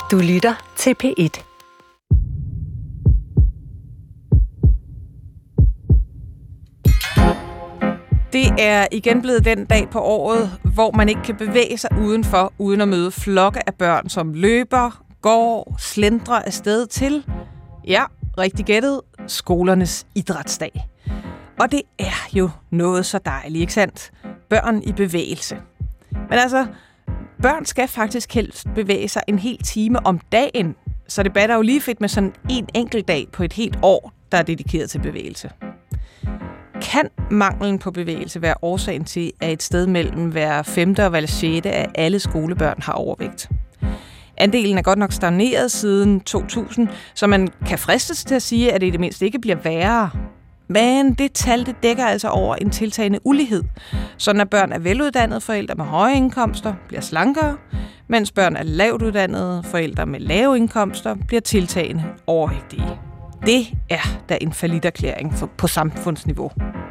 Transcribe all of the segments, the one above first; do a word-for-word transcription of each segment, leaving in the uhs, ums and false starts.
Du lytter til P et. Det er igen blevet den dag på året, hvor man ikke kan bevæge sig udenfor, uden at møde flokke af børn, som løber, går, slendrer afsted til, ja, rigtig gættet, skolernes idrætsdag. Og det er jo noget så dejligt, ikke sandt? Børn i bevægelse. Men altså, børn skal faktisk helst bevæge sig en hel time om dagen, så det batter jo lige fedt med sådan en enkelt dag på et helt år, der er dedikeret til bevægelse. Kan manglen på bevægelse være årsagen til, at et sted mellem hver femte og hver sjette af alle skolebørn har overvægt? Andelen er godt nok stagneret siden to tusind, så man kan fristes til at sige, at det i det mindste ikke bliver værre. Men det tal det dækker altså over en tiltagende ulighed, sådan at børn af veluddannede forældre med høje indkomster bliver slankere, mens børn af lavt uddannede forældre med lave indkomster bliver tiltagende overvægtige. Det er da en falliterklæring på samfundsniveau.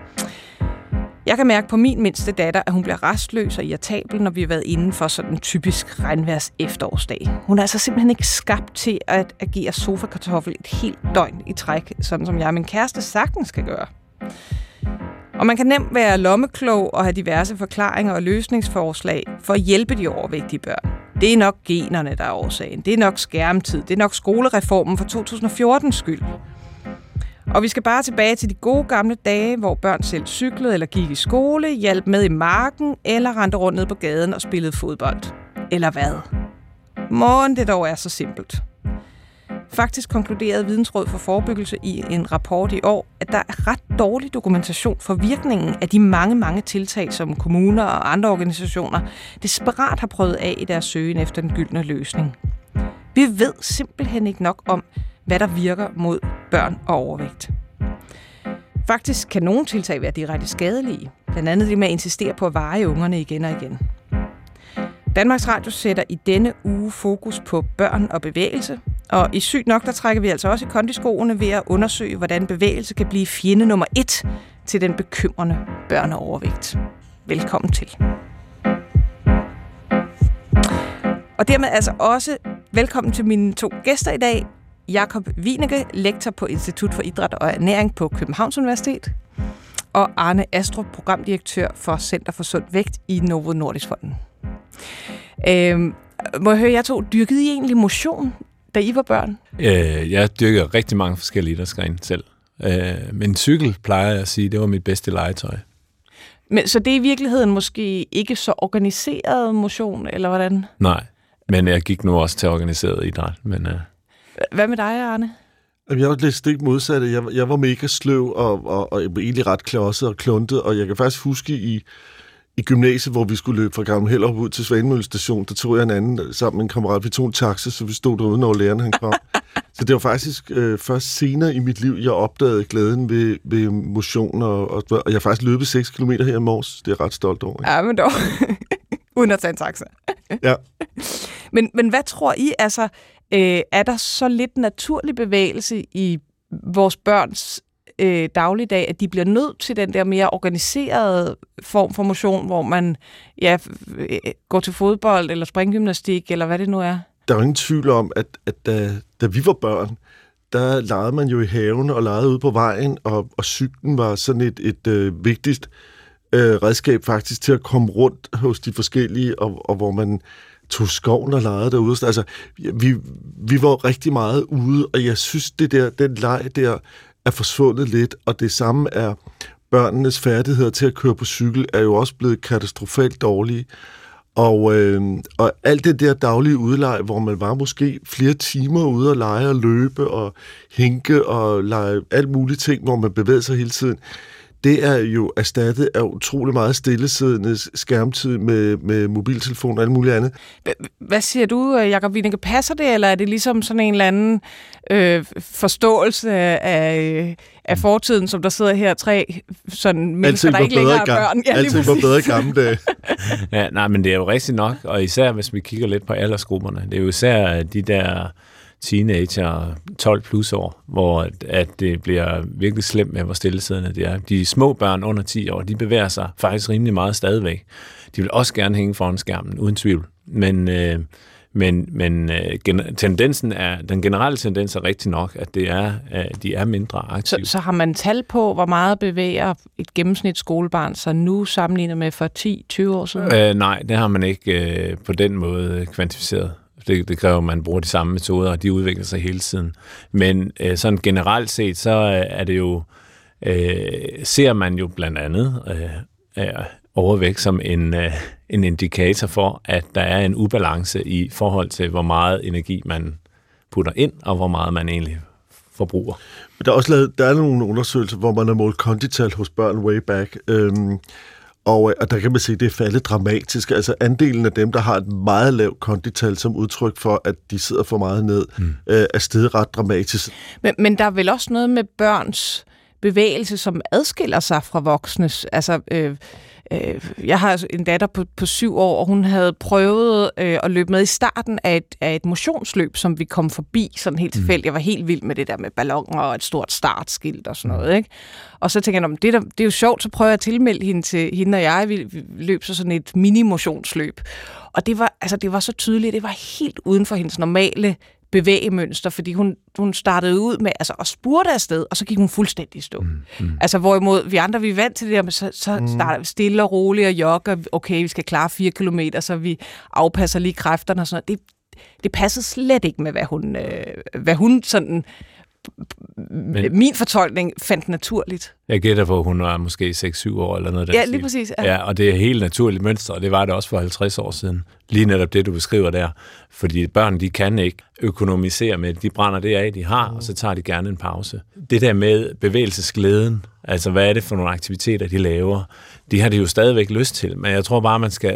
Jeg kan mærke på min mindste datter, at hun bliver rastløs og irritabel, når vi har været inden for sådan en typisk regnværs efterårsdag. Hun er altså simpelthen ikke skabt til at agere sofakartoffel et helt døgn i træk, sådan som jeg og min kæreste sagtens skal gøre. Og man kan nemt være lommeklog og have diverse forklaringer og løsningsforslag for at hjælpe de overvægtige børn. Det er nok generne, der er årsagen. Det er nok skærmtid. Det er nok skolereformen fra to tusind og fjorten skyld. Og vi skal bare tilbage til de gode gamle dage, hvor børn selv cyklede eller gik i skole, hjalp med i marken eller rendte rundt ned på gaden og spillede fodbold. Eller hvad? Måden det dog er så simpelt. Faktisk konkluderede Vidensråd for Forebyggelse i en rapport i år, at der er ret dårlig dokumentation for virkningen af de mange, mange tiltag, som kommuner og andre organisationer desperat har prøvet af i deres søgen efter den gyldne løsning. Vi ved simpelthen ikke nok om, hvad der virker mod børn og overvægt. Faktisk kan nogle tiltag være direkte skadelige, blandt andet det med at insistere på at veje ungerne igen og igen. Danmarks Radio sætter i denne uge fokus på børn og bevægelse, og i Sygt Nok, der trækker vi altså også i kondiskoene ved at undersøge, hvordan bevægelse kan blive fjende nummer et til den bekymrende børneovervægt. Velkommen til. Og dermed altså også velkommen til mine to gæster i dag. Jakob Wieneke, lektor på Institut for Idræt og Ernæring på Københavns Universitet, og Arne Astrup, programdirektør for Center for Sund Vægt i Novo Nordisk Fonden. Øhm, må jeg høre, jeg to, dyrkede I egentlig motion, da I var børn? Øh, jeg dyrker rigtig mange forskellige idrætsgrene selv. Øh, men cykel, plejer jeg at sige, det var mit bedste legetøj. Men, så det er i virkeligheden måske ikke så organiseret motion, eller hvordan? Nej, men jeg gik nu også til organiseret idræt. Men, øh... Hvad med dig, Arne? Jeg var lidt stik modsatte. Jeg, jeg var mega sløv og, og, og egentlig ret klodset og kluntet, og jeg kan faktisk huske i I gymnasiet, hvor vi skulle løbe fra Gammel Hellerup ud til Svanemølle station, der tog jeg en anden sammen med en kammerat. Vi tog en taxa, så vi stod derude, når læreren han kom. Så det var faktisk øh, først senere i mit liv, jeg opdagede glæden ved, ved motion, og, og, og jeg har faktisk løbet seks kilometer her i morges. Det er jeg ret stolt over. Ikke? Ja, men dog. Uden at tage en taxa. Ja. Men, men hvad tror I, altså, øh, er der så lidt naturlig bevægelse i vores børns Øh, dagligdag, at de bliver nødt til den der mere organiserede form for motion, hvor man ja, øh, går til fodbold eller springgymnastik, eller hvad det nu er? Der er ingen tvivl om, at, at da, da vi var børn, der legede man jo i haven og legede ude på vejen, og, og cyklen var sådan et, et øh, vigtigt øh, redskab faktisk til at komme rundt hos de forskellige, og, og hvor man tog skoven og legede derude. Altså, vi, vi var rigtig meget ude, og jeg synes, det der, den leg der er forsvundet lidt, og det samme er børnenes færdigheder til at køre på cykel, er jo også blevet katastrofalt dårlige. Og, øh, og alt det der daglige udleje, hvor man var måske flere timer ude og lege og løbe og hinke og lege alt mulige ting, hvor man bevæger sig hele tiden, det er jo erstattet af utrolig meget stillesiddende skærmtid med, med mobiltelefon og alt muligt andet. Hvad siger du, Jakob Wieneke? Passer det, eller er det ligesom sådan en eller anden øh, forståelse af, af fortiden, som der sidder her tre sådan mennesker, der ikke længere er børn? Ja, alting var bedre i gamle dage. Ja, nej, men det er jo rigtigt nok, og især hvis vi kigger lidt på aldersgrupperne. Det er jo især de der teenager tolv plus år, hvor at det bliver virkelig slemt med, hvor stillesiddende det er. De små børn under ti år, de bevæger sig faktisk rimelig meget stadigvæk. De vil også gerne hænge foran skærmen, uden tvivl. Men, øh, Men, men øh, gen- tendensen er, den generelle tendens er rigtig nok, at det er, at de er mindre aktive. Så, så har man tal på, hvor meget bevæger et gennemsnit skolebarn sig nu sammenlignet med for ti til tyve år siden? Øh, nej, det har man ikke øh, på den måde kvantificeret. Det, det kræver, at man bruger de samme metoder, og de udvikler sig hele tiden. Men øh, sådan generelt set, så er det jo, øh, ser man jo blandt andet øh, øh, overvægt som en, øh, en indikator for, at der er en ubalance i forhold til, hvor meget energi man putter ind, og hvor meget man egentlig forbruger. Der er også lavet, der er nogle undersøgelser, hvor man har målt kondital hos børn way back, øhm, og, og der kan man se, at det er faldet dramatisk. Altså andelen af dem, der har et meget lavt kondital som udtryk for, at de sidder for meget ned, mm. øh, er steget ret dramatisk. Men, men der er vel også noget med børns bevægelse, som adskiller sig fra voksnes. Altså, øh, øh, jeg har en datter på, på syv år, og hun havde prøvet øh, at løbe med i starten af et, af et motionsløb, som vi kom forbi sådan helt tilfældigt. Jeg var helt vild med det der med balloner og et stort startskilt og sådan noget, ikke? Og så tænkte jeg, det, der, det er jo sjovt, så prøver jeg at tilmelde hende til hende og jeg, vi, vi løb så sådan et mini-motionsløb. Og det var, altså, det var så tydeligt, det var helt uden for hendes normale bevægemønster, fordi hun, hun startede ud med altså, at spurte afsted, og så gik hun fuldstændig i stå. Mm, mm. Altså hvorimod vi andre, vi er vant til det der, men så, så mm. starter vi stille og roligt og jogger. Okay, vi skal klare fire kilometer, så vi afpasser lige kræfterne og sådan noget. Det, det passede slet ikke med, hvad hun, øh, hvad hun sådan... Men, min fortolkning fandt naturligt. Jeg gætter på, at hun var måske seks syv år eller noget. Ja, lige præcis. Ja. Ja, og det er et helt naturligt mønster, og det var det også for halvtreds år siden. Lige netop det, du beskriver der. Fordi børn, de kan ikke økonomisere med det. De brænder det af, de har, mm. og så tager de gerne en pause. Det der med bevægelsesglæden, altså hvad er det for nogle aktiviteter, de laver, de har de jo stadigvæk lyst til. Men jeg tror bare, man skal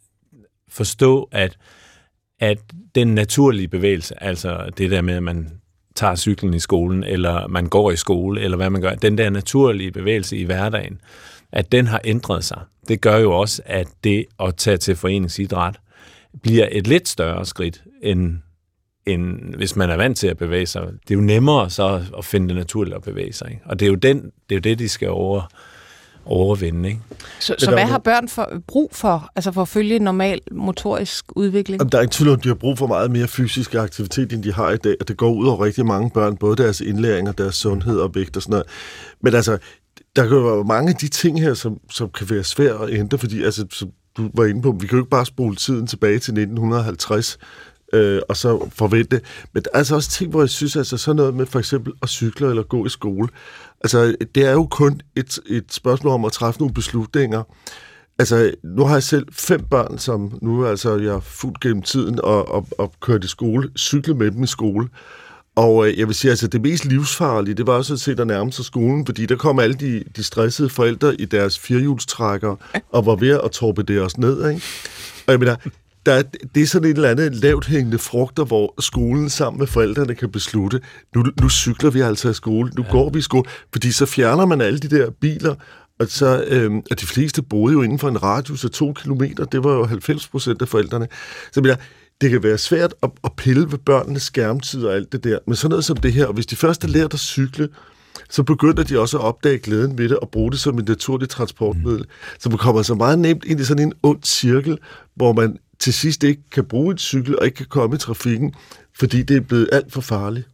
forstå, at, at den naturlige bevægelse, altså det der med, at man tager cyklen i skolen, eller man går i skole, eller hvad man gør, den der naturlige bevægelse i hverdagen, at den har ændret sig. Det gør jo også, at det at tage til foreningsidræt bliver et lidt større skridt, end, end hvis man er vant til at bevæge sig. Det er jo nemmere så at finde det naturligt at bevæge sig. Ikke? Og det er jo, den, det, er jo det, de skal over, overvinde. Ikke? Så, så hvad har børn for, brug for, altså for at følge en normal motorisk udvikling? Jamen, der er ikke tvivl om, de har brug for meget mere fysisk aktivitet, end de har i dag, og det går ud over rigtig mange børn, både deres indlæring og deres sundhed og vægt og sådan noget. Men altså, der kan jo være mange af de ting her, som, som kan være svært at ændre, fordi altså, som du var inde på, vi kan jo ikke bare spole tiden tilbage til nitten halvtreds, øh, og så forvente. Men der er altså også ting, hvor jeg synes, altså sådan noget med for eksempel at cykle eller gå i skole. Altså, det er jo kun et, et spørgsmål om at træffe nogle beslutninger. Altså, nu har jeg selv fem børn, som nu altså, jeg er fuldt gennem tiden og, og, og kørt i skole, cyklet med dem i skole. Og øh, jeg vil sige, altså det mest livsfarlige, det var også at se der nærme sig skolen, fordi der kom alle de, de stressede forældre i deres firehjulstrækker og var ved at torpedere os ned, ikke? Og jeg mener, der er, det er sådan et eller andet lavt hængende frugter, hvor skolen sammen med forældrene kan beslutte, nu, nu cykler vi altså i skole, nu ja. går vi i skole, fordi så fjerner man alle de der biler, og så øhm, og de fleste boede jo inden for en radius af to kilometer, det var jo halvfems procent af forældrene. Så jeg mener, det kan være svært at, at pille ved børnenes skærmtid og alt det der, men sådan noget som det her, og hvis de først har lært at cykle, så begynder de også at opdage glæden ved det og bruge det som et naturligt transportmiddel. Mm. Så man kommer så meget nemt ind i sådan en ond cirkel, hvor man til sidst ikke kan bruge et cykel og ikke kan komme i trafikken, fordi det er blevet alt for farligt.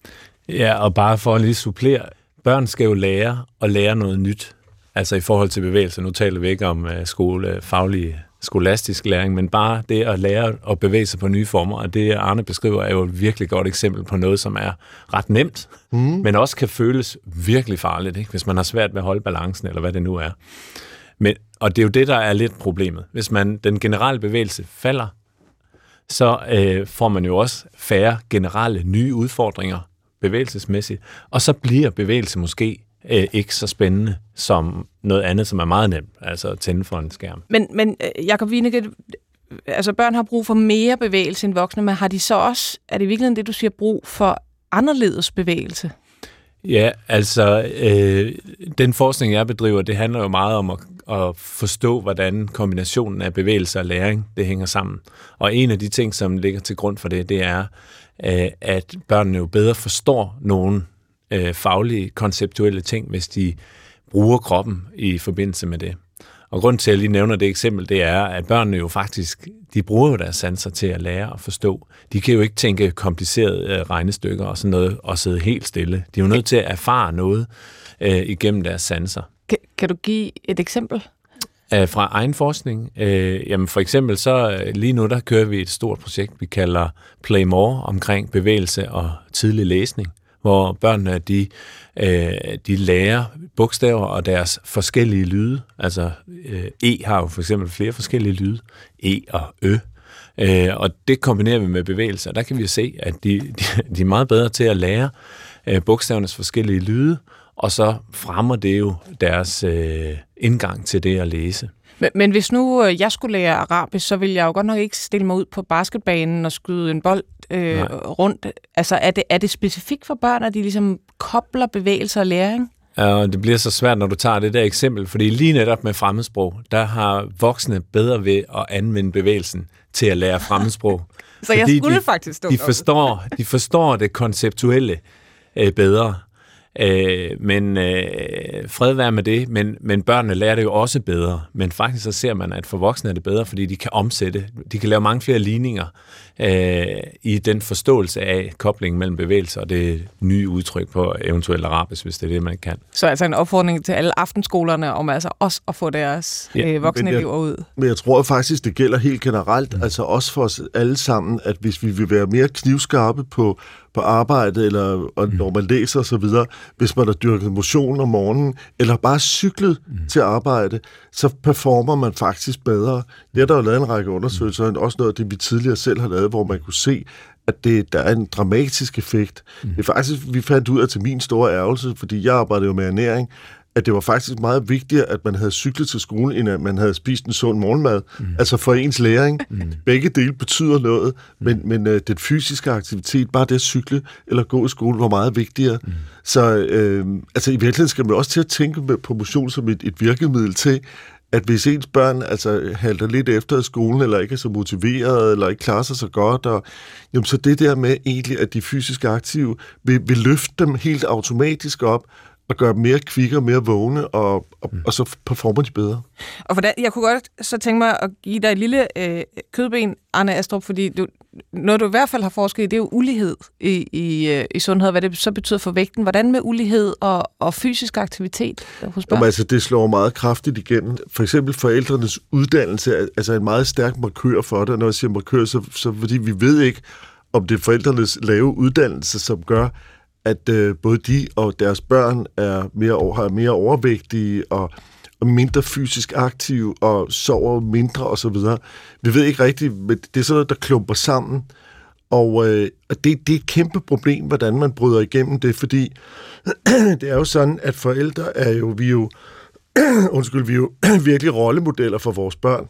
Ja, og bare for at lige supplere, børn skal jo lære at lære noget nyt. Altså i forhold til bevægelse. Nu taler vi ikke om skole, faglig skolastisk læring, men bare det at lære at bevæge sig på nye former. Og det, Arne beskriver, er jo et virkelig godt eksempel på noget, som er ret nemt, mm. men også kan føles virkelig farligt, ikke? Hvis man har svært ved at holde balancen, eller hvad det nu er. Men, og det er jo det, der er lidt problemet. Hvis man den generelle bevægelse falder, så øh, får man jo også færre generelle nye udfordringer bevægelsesmæssigt, og så bliver bevægelse måske øh, ikke så spændende som noget andet, som er meget nemt, altså at tænde for en skærm. Men, men Jakob Winnicke, altså børn har brug for mere bevægelse end voksne, men har de så også, er det virkelig det, du siger, brug for anderledes bevægelse? Ja, altså øh, den forskning, jeg bedriver, det handler jo meget om at, at forstå, hvordan kombinationen af bevægelse og læring, det hænger sammen. Og en af de ting, som ligger til grund for det, det er, øh, at børnene jo bedre forstår nogle øh, faglige, konceptuelle ting, hvis de bruger kroppen i forbindelse med det. Og grunden til, at jeg lige nævner det eksempel, det er, at børnene jo faktisk, de bruger jo deres sanser til at lære at forstå. De kan jo ikke tænke komplicerede regnestykker og sådan noget, og sidde helt stille. De er jo nødt til at erfare noget øh, igennem deres sanser. Kan, kan du give et eksempel? Øh, fra egen forskning? Øh, jamen for eksempel så, lige nu der kører vi et stort projekt, vi kalder Play More, omkring bevægelse og tidlig læsning, hvor børnene, de, øh, de lærer bogstaver og deres forskellige lyde. Altså, øh, E har jo for eksempel flere forskellige lyde. E og Ø. Øh, og det kombinerer vi med bevægelser. Der kan vi jo se, at de, de, de er meget bedre til at lære øh, bogstavernes forskellige lyde, og så fremmer det jo deres øh, indgang til det at læse. Men, men hvis nu øh, jeg skulle lære arabisk, så ville jeg jo godt nok ikke stille mig ud på basketbanen og skyde en bold øh, rundt. Altså er det, er det specifikt for børn, at de ligesom kobler bevægelser og læring? Ja, det bliver så svært, når du tager det der eksempel, fordi lige netop med fremmedsprog, der har voksne bedre ved at anvende bevægelsen til at lære fremmedsprog. Så jeg skulle de, faktisk stå de forstår, de forstår det konceptuelle øh, bedre. Øh, men øh, fred være med det, men, men børnene lærer det jo også bedre. Men faktisk så ser man, at for voksne er det bedre, fordi de kan omsætte, de kan lave mange flere ligninger øh, i den forståelse af koblingen mellem bevægelser og det nye udtryk på eventuelt arabisk, hvis det er det, man kan. Så altså en opfordring til alle aftenskolerne om altså også at få deres ja. øh, voksne jeg, elever ud. Men jeg tror faktisk, det gælder helt generelt, mm. altså også for os alle sammen, at hvis vi vil være mere knivskarpe på på arbejdet, eller og når man læser og så videre, hvis man har dyrket motion om morgenen, eller bare cyklet mm. til arbejde, så performer man faktisk bedre. Det er der jo lavet en række undersøgelser, og også noget af det, vi tidligere selv har lavet, hvor man kunne se, at det, der er en dramatisk effekt. Mm. Det er faktisk, vi fandt ud af til min store ærgelse, fordi jeg arbejdede jo med ernæring, at det var faktisk meget vigtigere, at man havde cyklet til skolen, end at man havde spist en sund morgenmad. Mm. Altså for ens læring. Mm. Begge dele betyder noget, mm. men, men uh, den fysiske aktivitet, bare det at cykle eller gå i skole, var meget vigtigere. Mm. Så øh, altså, i virkeligheden skal man også til at tænke på motion som et, et virkemiddel til, at hvis ens børn altså, halter lidt efter i skolen, eller ikke er så motiveret, eller ikke klarer sig så godt, og, jamen, så det der med egentlig, at de fysisk aktive vil, vil løfte dem helt automatisk op, og gøre dem mere kvikke og mere vågne, og, og, mm. og så performer de bedre. Og for det, jeg kunne godt så tænke mig at give dig et lille øh, kødben, Arne Astrup, fordi du, noget du i hvert fald har forsket i, det er jo ulighed i, i, i sundhed, hvad det så betyder for vægten. Hvordan med ulighed og, og fysisk aktivitet hos børn? Jamen, altså, det slår meget kraftigt igennem. For eksempel forældrenes uddannelse er altså en meget stærk markør for det. Når jeg siger markør, så, så fordi vi ved ikke, om det er forældrenes lave uddannelse, som gør, at øh, både de og deres børn er mere, har mere overvægtige og, og mindre fysisk aktive og sover mindre osv. Vi ved ikke rigtigt, men det er sådan noget, der klumper sammen. Og øh, det, det er et kæmpe problem, hvordan man bryder igennem det, fordi det er jo sådan, at forældre er jo, vi er jo, undskyld, vi er jo virkelig rollemodeller for vores børn.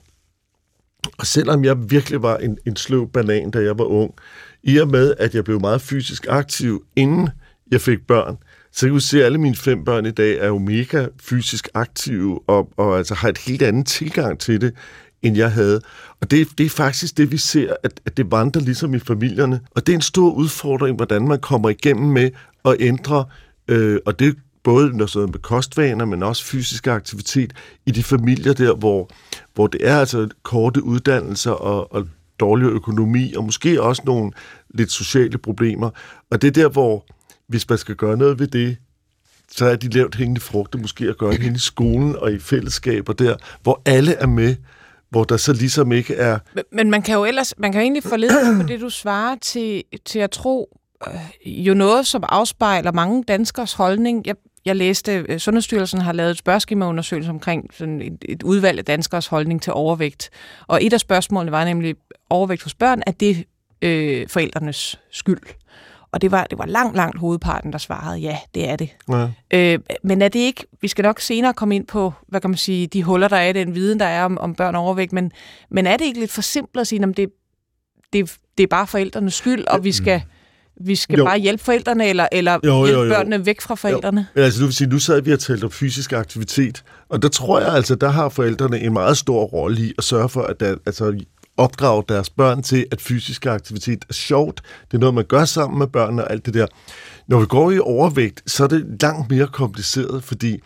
Og selvom jeg virkelig var en, en sløv banan, da jeg var ung, i og med, at jeg blev meget fysisk aktiv, inden jeg fik børn, så kan du se, at alle mine fem børn i dag er jo mega fysisk aktive, og, og altså har et helt andet tilgang til det, end jeg havde. Og det, det er faktisk det, vi ser, at, at det vandrer ligesom i familierne. Og det er en stor udfordring, hvordan man kommer igennem med at ændre, øh, og det er både noget med kostvaner, men også fysisk aktivitet i de familier der, hvor, hvor det er altså korte uddannelser og, og dårlig økonomi, og måske også nogle lidt sociale problemer. Og det er der, hvor hvis man skal gøre noget ved det, så er de lavt hængende frugter måske at gøre det hen i skolen og i fællesskaber der, hvor alle er med, hvor der så ligesom ikke er... Men, men man kan jo ellers, man kan jo egentlig forlede på det, du svarer til, til at tro, øh, jo noget, som afspejler mange danskers holdning. Jeg, jeg læste, Sundhedsstyrelsen har lavet et spørgeskemaundersøgelse omkring sådan et, et udvalg af danskers holdning til overvægt. Og et af spørgsmålene var nemlig, overvægt hos børn, er det øh, forældrenes skyld? Og det var, det var langt, langt hovedparten, der svarede, ja, det er det. Ja. Øh, men er det ikke, vi skal nok senere komme ind på, hvad kan man sige, de huller, der er i den viden, der er om, om børn og overvægt, men, men er det ikke lidt for simpelt at sige, at det, det, det er bare forældrenes skyld, og vi skal, vi skal bare hjælpe forældrene, eller, eller jo, jo, hjælpe jo. børnene væk fra forældrene? Jo. Men altså, du vil sige, nu sad vi og talte om fysisk aktivitet, og der tror jeg altså, der har forældrene en meget stor rolle i at sørge for, at der, altså, opdrage deres børn til, at fysisk aktivitet er sjovt. Det er noget, man gør sammen med børnene og alt det der. Når vi går i overvægt, så er det langt mere kompliceret, fordi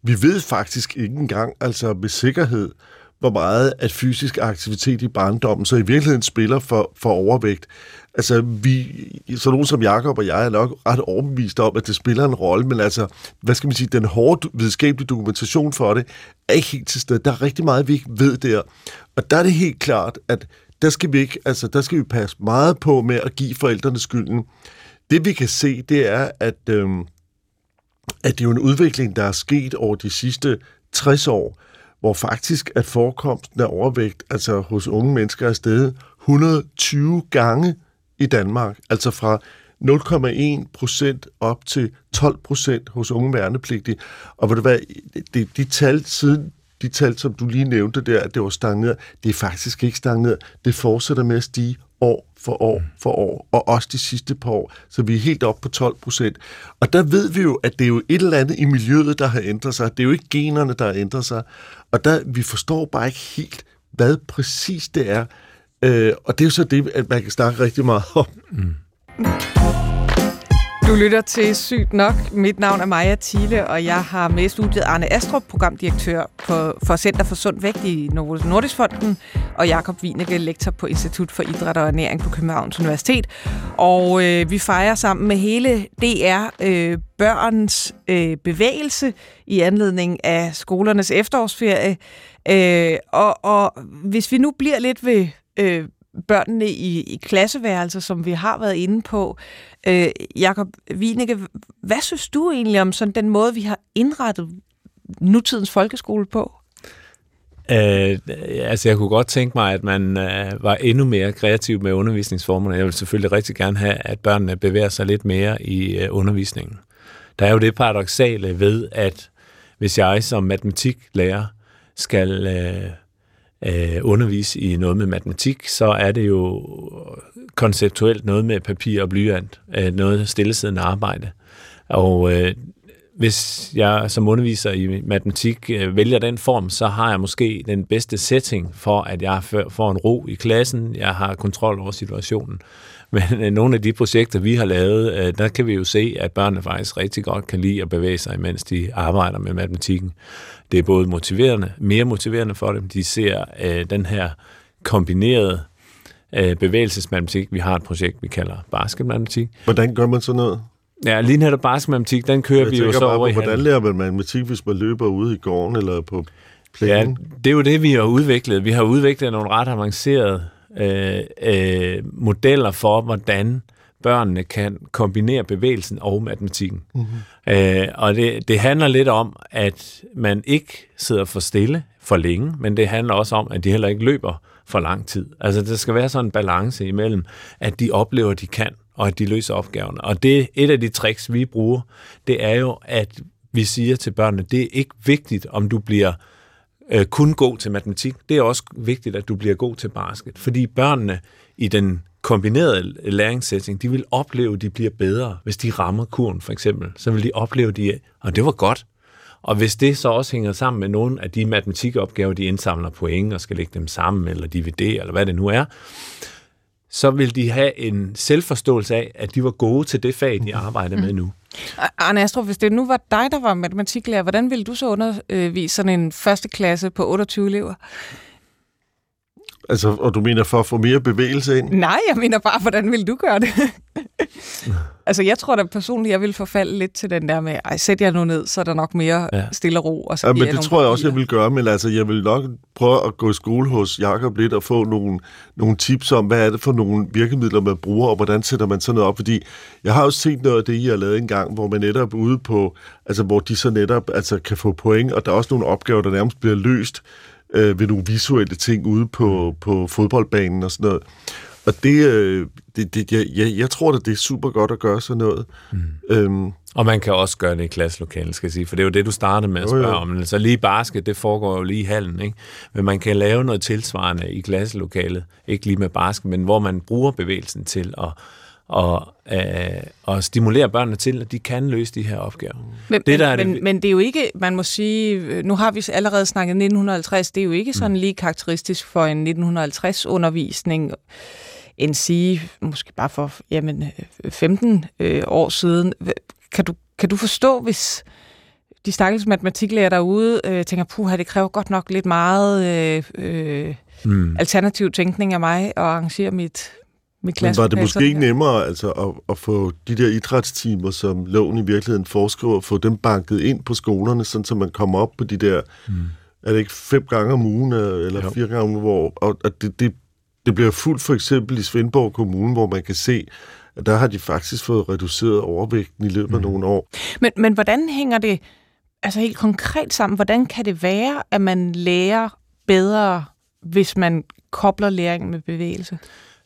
vi ved faktisk ikke engang, altså med sikkerhed, hvor meget at fysisk aktivitet i barndommen så i virkeligheden spiller for, for overvægt. Altså, vi, så nogen som Jakob og jeg er nok ret overbevist om, at det spiller en rolle, men altså, hvad skal man sige, den hårde videnskabelige dokumentation for det, er ikke helt til stede. Der er rigtig meget, vi ikke ved der. Og der er det helt klart, at der skal vi ikke, altså, der skal vi passe meget på med at give forældrene skylden. Det vi kan se, det er, at, øhm, at det er jo en udvikling, der er sket over de sidste tres år, hvor faktisk at forekomsten af overvægt, altså hos unge mennesker, er steget et hundrede og tyve gange i Danmark. Altså fra nul komma en procent op til tolv procent hos unge værnepligtige. Og ved du hvad, de, de tal siden de tal, som du lige nævnte der, at det var stagneret, det er faktisk ikke stagneret. Det fortsætter med at stige år for år for år, og også de sidste par år. Så vi er helt op på tolv procent. Og der ved vi jo, at det er jo et eller andet i miljøet, der har ændret sig. Det er jo ikke generne, der har ændret sig. Og der, vi forstår bare ikke helt, hvad præcis det er. Øh, og det er jo så det, at man kan snakke rigtig meget om. Mm. Du lytter til Sygt Nok. Mit navn er Maja Thiele, og jeg har med studiet Arne Astrup, programdirektør på, for Center for Sund Vægt i Novo Nordisk Fonden, og Jakob Wieneke, lektor på Institut for Idræt og Ernæring på Københavns Universitet. Og øh, vi fejrer sammen med hele D R øh, børns øh, bevægelse i anledning af skolernes efterårsferie. Øh, og, og hvis vi nu bliver lidt ved øh, børnene i, i klasseværelser, som vi har været inde på. Øh, Jakob Wieneke, hvad synes du egentlig om sådan den måde, vi har indrettet nutidens folkeskole på? Øh, altså, jeg kunne godt tænke mig, at man øh, var endnu mere kreativ med undervisningsformerne. Jeg vil selvfølgelig rigtig gerne have, at børnene bevæger sig lidt mere i øh, undervisningen. Der er jo det paradoksale ved, at hvis jeg som matematiklærer skal øh, øh, undervise i noget med matematik, så er det jo konceptuelt noget med papir og blyant, øh, noget stillesiddende arbejde. Og øh, hvis jeg som underviser i matematik øh, vælger den form, så har jeg måske den bedste setting for, at jeg får en ro i klassen, jeg har kontrol over situationen. Men øh, nogle af de projekter, vi har lavet, øh, der kan vi jo se, at børnene faktisk rigtig godt kan lide at bevæge sig, mens de arbejder med matematikken. Det er både motiverende, mere motiverende for dem. De ser øh, den her kombinerede øh, bevægelsesmatematik. Vi har et projekt, vi kalder basketmatematik. Hvordan gør man sådan noget? Ja, lige netop basketmatematik, den kører jeg vi jo så over i Hvordan handel. Lærer man matematik, hvis man løber ude i gården eller på plænen? Ja, det er jo det, vi har udviklet. Vi har udviklet nogle ret avancerede øh, øh, modeller for, hvordan børnene kan kombinere bevægelsen og matematikken. Mm-hmm. Øh, og det, det handler lidt om, at man ikke sidder for stille for længe, men det handler også om, at de heller ikke løber for lang tid. Altså, der skal være sådan en balance imellem, at de oplever, at de kan, og at de løser opgaverne. Og det et af de tricks, vi bruger, det er jo, at vi siger til børnene, det er ikke vigtigt, om du bliver øh, kun god til matematik. Det er også vigtigt, at du bliver god til basket. Fordi børnene i den kombinerede læringssætning, de vil opleve, at de bliver bedre, hvis de rammer kurven for eksempel. Så vil de opleve, at de, og det var godt. Og hvis det så også hænger sammen med nogle af de matematikopgaver, de indsamler point og skal lægge dem sammen, eller dividere, eller hvad det nu er, så vil de have en selvforståelse af, at de var gode til det fag, de arbejder med nu. Arne Astrup, hvis det nu var dig, der var matematiklærer, hvordan ville du så undervise sådan en første klasse på otteogtyve elever? Altså, og du mener for at få mere bevægelse ind? Nej, jeg mener bare, hvordan vil du gøre det? Altså, jeg tror da personligt, jeg vil forfalde lidt til den der med, ej, sæt jer nu ned, så er der nok mere ja. stille og ro. Og så ja, men det tror jeg også, jeg vil gøre, men altså, jeg vil nok prøve at gå i skole hos Jakob lidt og få nogle, nogle tips om, hvad er det for nogle virkemidler, man bruger, og hvordan sætter man sådan noget op, fordi jeg har også set noget af det, I har lavet en gang, hvor man netop er ude på, altså, hvor de så netop altså, kan få point, og der er også nogle opgaver, der nærmest bliver løst øh, ved nogle visuelle ting ude på, på fodboldbanen og sådan noget. Og det, øh, det, det jeg, jeg, jeg tror, at det er super godt at gøre sådan noget. Mm. Øhm. Og man kan også gøre det i klasselokalet, skal jeg sige, for det er jo det, du startede med at spørge om. Så lige basket, det foregår jo lige i hallen, ikke? Men man kan lave noget tilsvarende i klasselokalet, ikke lige med basket, men hvor man bruger bevægelsen til at og, øh, og stimulere børnene til, at de kan løse de her opgaver. Men det, der men, det, men det er jo ikke, man må sige, nu har vi allerede snakket nitten halvtreds, det er jo ikke sådan lige karakteristisk for en nitten halvtreds undervisning, end sige, måske bare for jamen, femten øh, år siden. Kan du, kan du forstå, hvis de stakkels matematiklærer derude øh, tænker, puha, det kræver godt nok lidt meget øh, øh, mm. alternativ tænkning af mig at arrangere mit, mit klasse. Men var det måske ikke nemmere altså, at, at få de der idrætstimer, som loven i virkeligheden foreskriver, få dem banket ind på skolerne, sådan så man kommer op på de der, mm. er det ikke fem gange om ugen, eller jo. fire gange om ugen, hvor, og, og det, det, det bliver fuldt for eksempel i Svendborg Kommune, hvor man kan se, at der har de faktisk fået reduceret overvægten i løbet af mm. nogle år. Men, men hvordan hænger det altså helt konkret sammen? Hvordan kan det være, at man lærer bedre, hvis man kobler læring med bevægelse?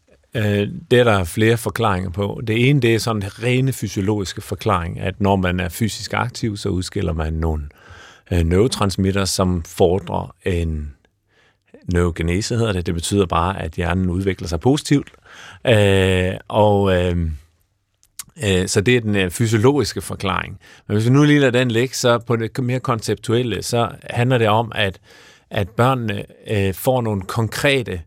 Det er der flere forklaringer på. Det ene, det er sådan en rene fysiologiske forklaring, at når man er fysisk aktiv, så udskiller man nogle neurotransmitter, som fordrer en neurogenese, hedder det. Det betyder bare, at hjernen udvikler sig positivt. Øh, og øh, øh, så det er den øh, fysiologiske forklaring. Men hvis vi nu lige lader den ligge, så på det mere konceptuelle, så handler det om, at, at børnene øh, får nogle konkrete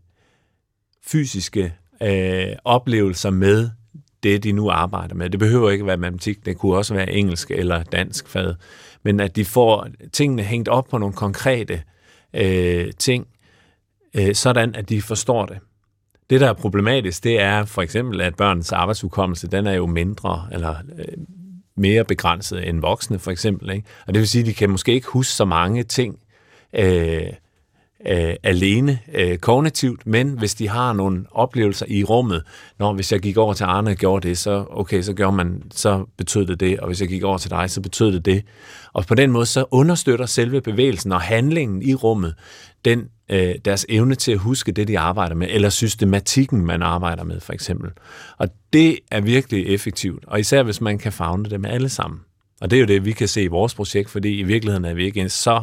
fysiske øh, oplevelser med det, de nu arbejder med. Det behøver ikke være matematik, det kunne også være engelsk eller dansk fag, men at de får tingene hængt op på nogle konkrete øh, ting, øh, sådan at de forstår det. Det, der er problematisk, det er for eksempel, at børns arbejdsudkommelse, den er jo mindre, eller øh, mere begrænset end voksne, for eksempel. Ikke? Og det vil sige, at de kan måske ikke huske så mange ting øh, øh, alene øh, kognitivt, men hvis de har nogle oplevelser i rummet, når hvis jeg gik over til Arne og gjorde det, så okay, så gjorde man, så betød det det, og hvis jeg gik over til dig, så betød det det. Og på den måde, så understøtter selve bevægelsen og handlingen i rummet, den øh, deres evne til at huske det, de arbejder med, eller systematikken, man arbejder med, for eksempel. Og det er virkelig effektivt, og især hvis man kan favne det med alle sammen. Og det er jo det, vi kan se i vores projekt, fordi i virkeligheden er vi ikke så...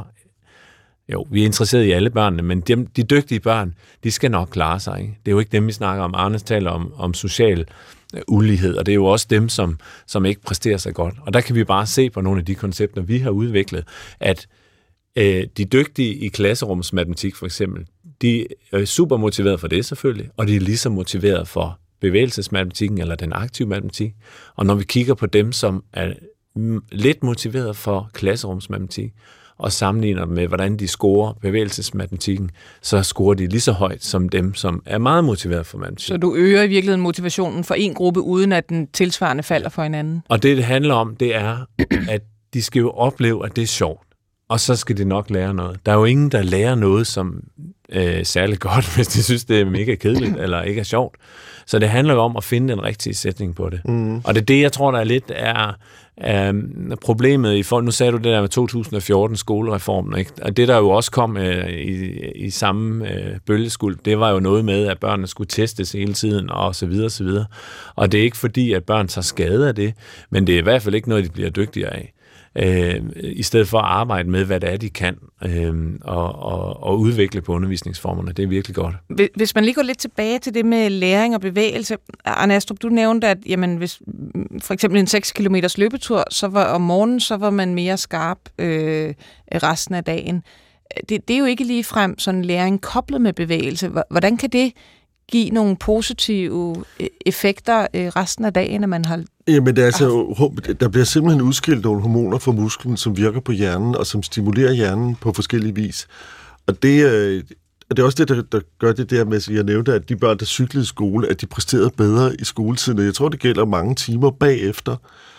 Jo, vi er interesseret i alle børnene, men de, de dygtige børn, de skal nok klare sig. Ikke? Det er jo ikke dem, vi snakker om. Arne taler om, om social ulighed, og det er jo også dem, som, som ikke præsterer sig godt. Og der kan vi bare se på nogle af de koncepter, vi har udviklet, at øh, de dygtige i klasserumsmatematik for eksempel, de er super motiveret for det selvfølgelig, og de er lige så motiveret for bevægelsesmatematikken eller den aktive matematik. Og når vi kigger på dem, som er lidt motiveret for klasserumsmatematik, og sammenligner med, hvordan de scorer bevægelsesmatematikken, så scorer de lige så højt som dem, som er meget motiveret for matematik. Så du øger i virkeligheden motivationen for en gruppe, uden at den tilsvarende falder for en anden? Og det, det handler om, det er, at de skal jo opleve, at det er sjovt. Og så skal de nok lære noget. Der er jo ingen, der lærer noget som øh, særlig godt, hvis de synes, det er mega kedeligt eller ikke er sjovt. Så det handler jo om at finde den rigtige sætning på det. Mm. Og det er det, jeg tror, der er lidt er øh, problemet i forhold. Nu sagde du det der med to tusind og fjorten skolereformen, ikke? Og det, der jo også kom øh, i, i samme øh, bølgeskuld, det var jo noget med, at børnene skulle testes hele tiden, og så videre, og så videre. Og det er ikke fordi, at børn tager skade af det, men det er i hvert fald ikke noget, de bliver dygtigere af. Øh, i stedet for at arbejde med, hvad det er, de kan, øh, og, og, og udvikle på undervisningsformerne. Det er virkelig godt. Hvis man lige går lidt tilbage til det med læring og bevægelse, Arne Astrup, du nævnte, at jamen, hvis for eksempel en seks kilometers løbetur, så var om morgenen, så var man mere skarp øh, resten af dagen. Det, det er jo ikke ligefrem sådan læring koblet med bevægelse. Hvordan kan det give nogle positive effekter resten af dagen, når man har... Jamen, det er altså, der bliver simpelthen udskilt nogle hormoner fra musklen, som virker på hjernen, og som stimulerer hjernen på forskellige vis. Og det, og det er også det, der, der gør det der med, at jeg nævnte, at de børn, der cyklede i skole, at de præsterede bedre i skoletiden. Og jeg tror, det gælder mange timer bagefter.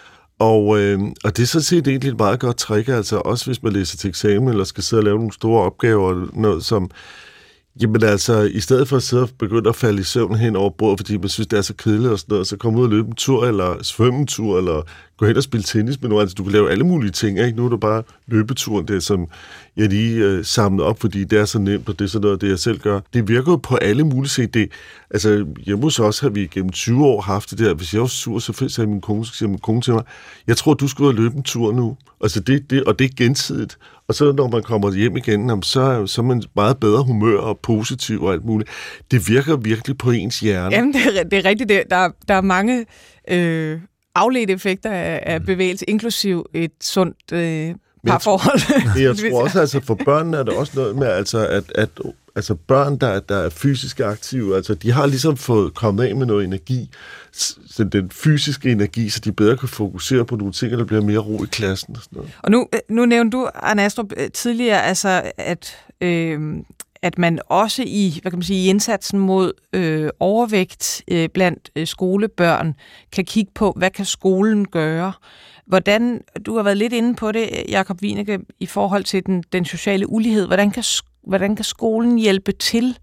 Og, øh, og det er så set egentlig et meget godt trick, altså også hvis man læser til eksamen, eller skal sidde og lave nogle store opgaver, noget som... Jamen altså, i stedet for at sidde og begynde at falde i søvn hen over bordet, fordi man synes, det er så kedeligt og sådan noget, så komme ud og løbe en tur, eller svømme en tur, eller gå hen og spille tennis med nogen. Altså, du kan lave alle mulige ting, ikke? Nu er det bare løbeturen, det som jeg lige øh, samlede op, fordi det er så nemt, og det er sådan noget, det jeg selv gør. Det virker jo på alle mulige ting. Det, altså, hjemme hos os har vi gennem tyve år haft det der. Hvis jeg var sur, så sagde min kone, så min kone til mig, jeg tror, du skal ud og løbe en tur nu. Altså, det, det, og det er gensidigt. Og så når man kommer hjem igen, så, så er man meget bedre humør og positiv og alt muligt. Det virker virkelig på ens hjerne. Jamen, det er, det er rigtigt. Det, der, der er mange øh, afledte effekter af, af bevægelse, inklusiv et sundt øh, parforhold. Men jeg, jeg tror også, altså for børnene er det også noget med, altså, at, at, altså børn, der, der er fysisk aktive, altså de har ligesom fået kommet af med noget energi, så den fysiske energi, så de bedre kan fokusere på nogle ting, og der bliver mere ro i klassen og sådan noget. Og nu, nu nævnte du, Arne Astrup, tidligere, altså, at, øh, at man også i, hvad kan man sige, i indsatsen mod øh, overvægt øh, blandt øh, skolebørn kan kigge på, hvad kan skolen gøre? Hvordan, du har været lidt inde på det, Jakob Wieneke, i forhold til den, den sociale ulighed. Hvordan kan, hvordan kan skolen hjælpe til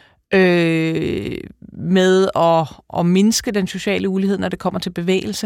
øh, med at, at mindske den sociale ulighed, når det kommer til bevægelse?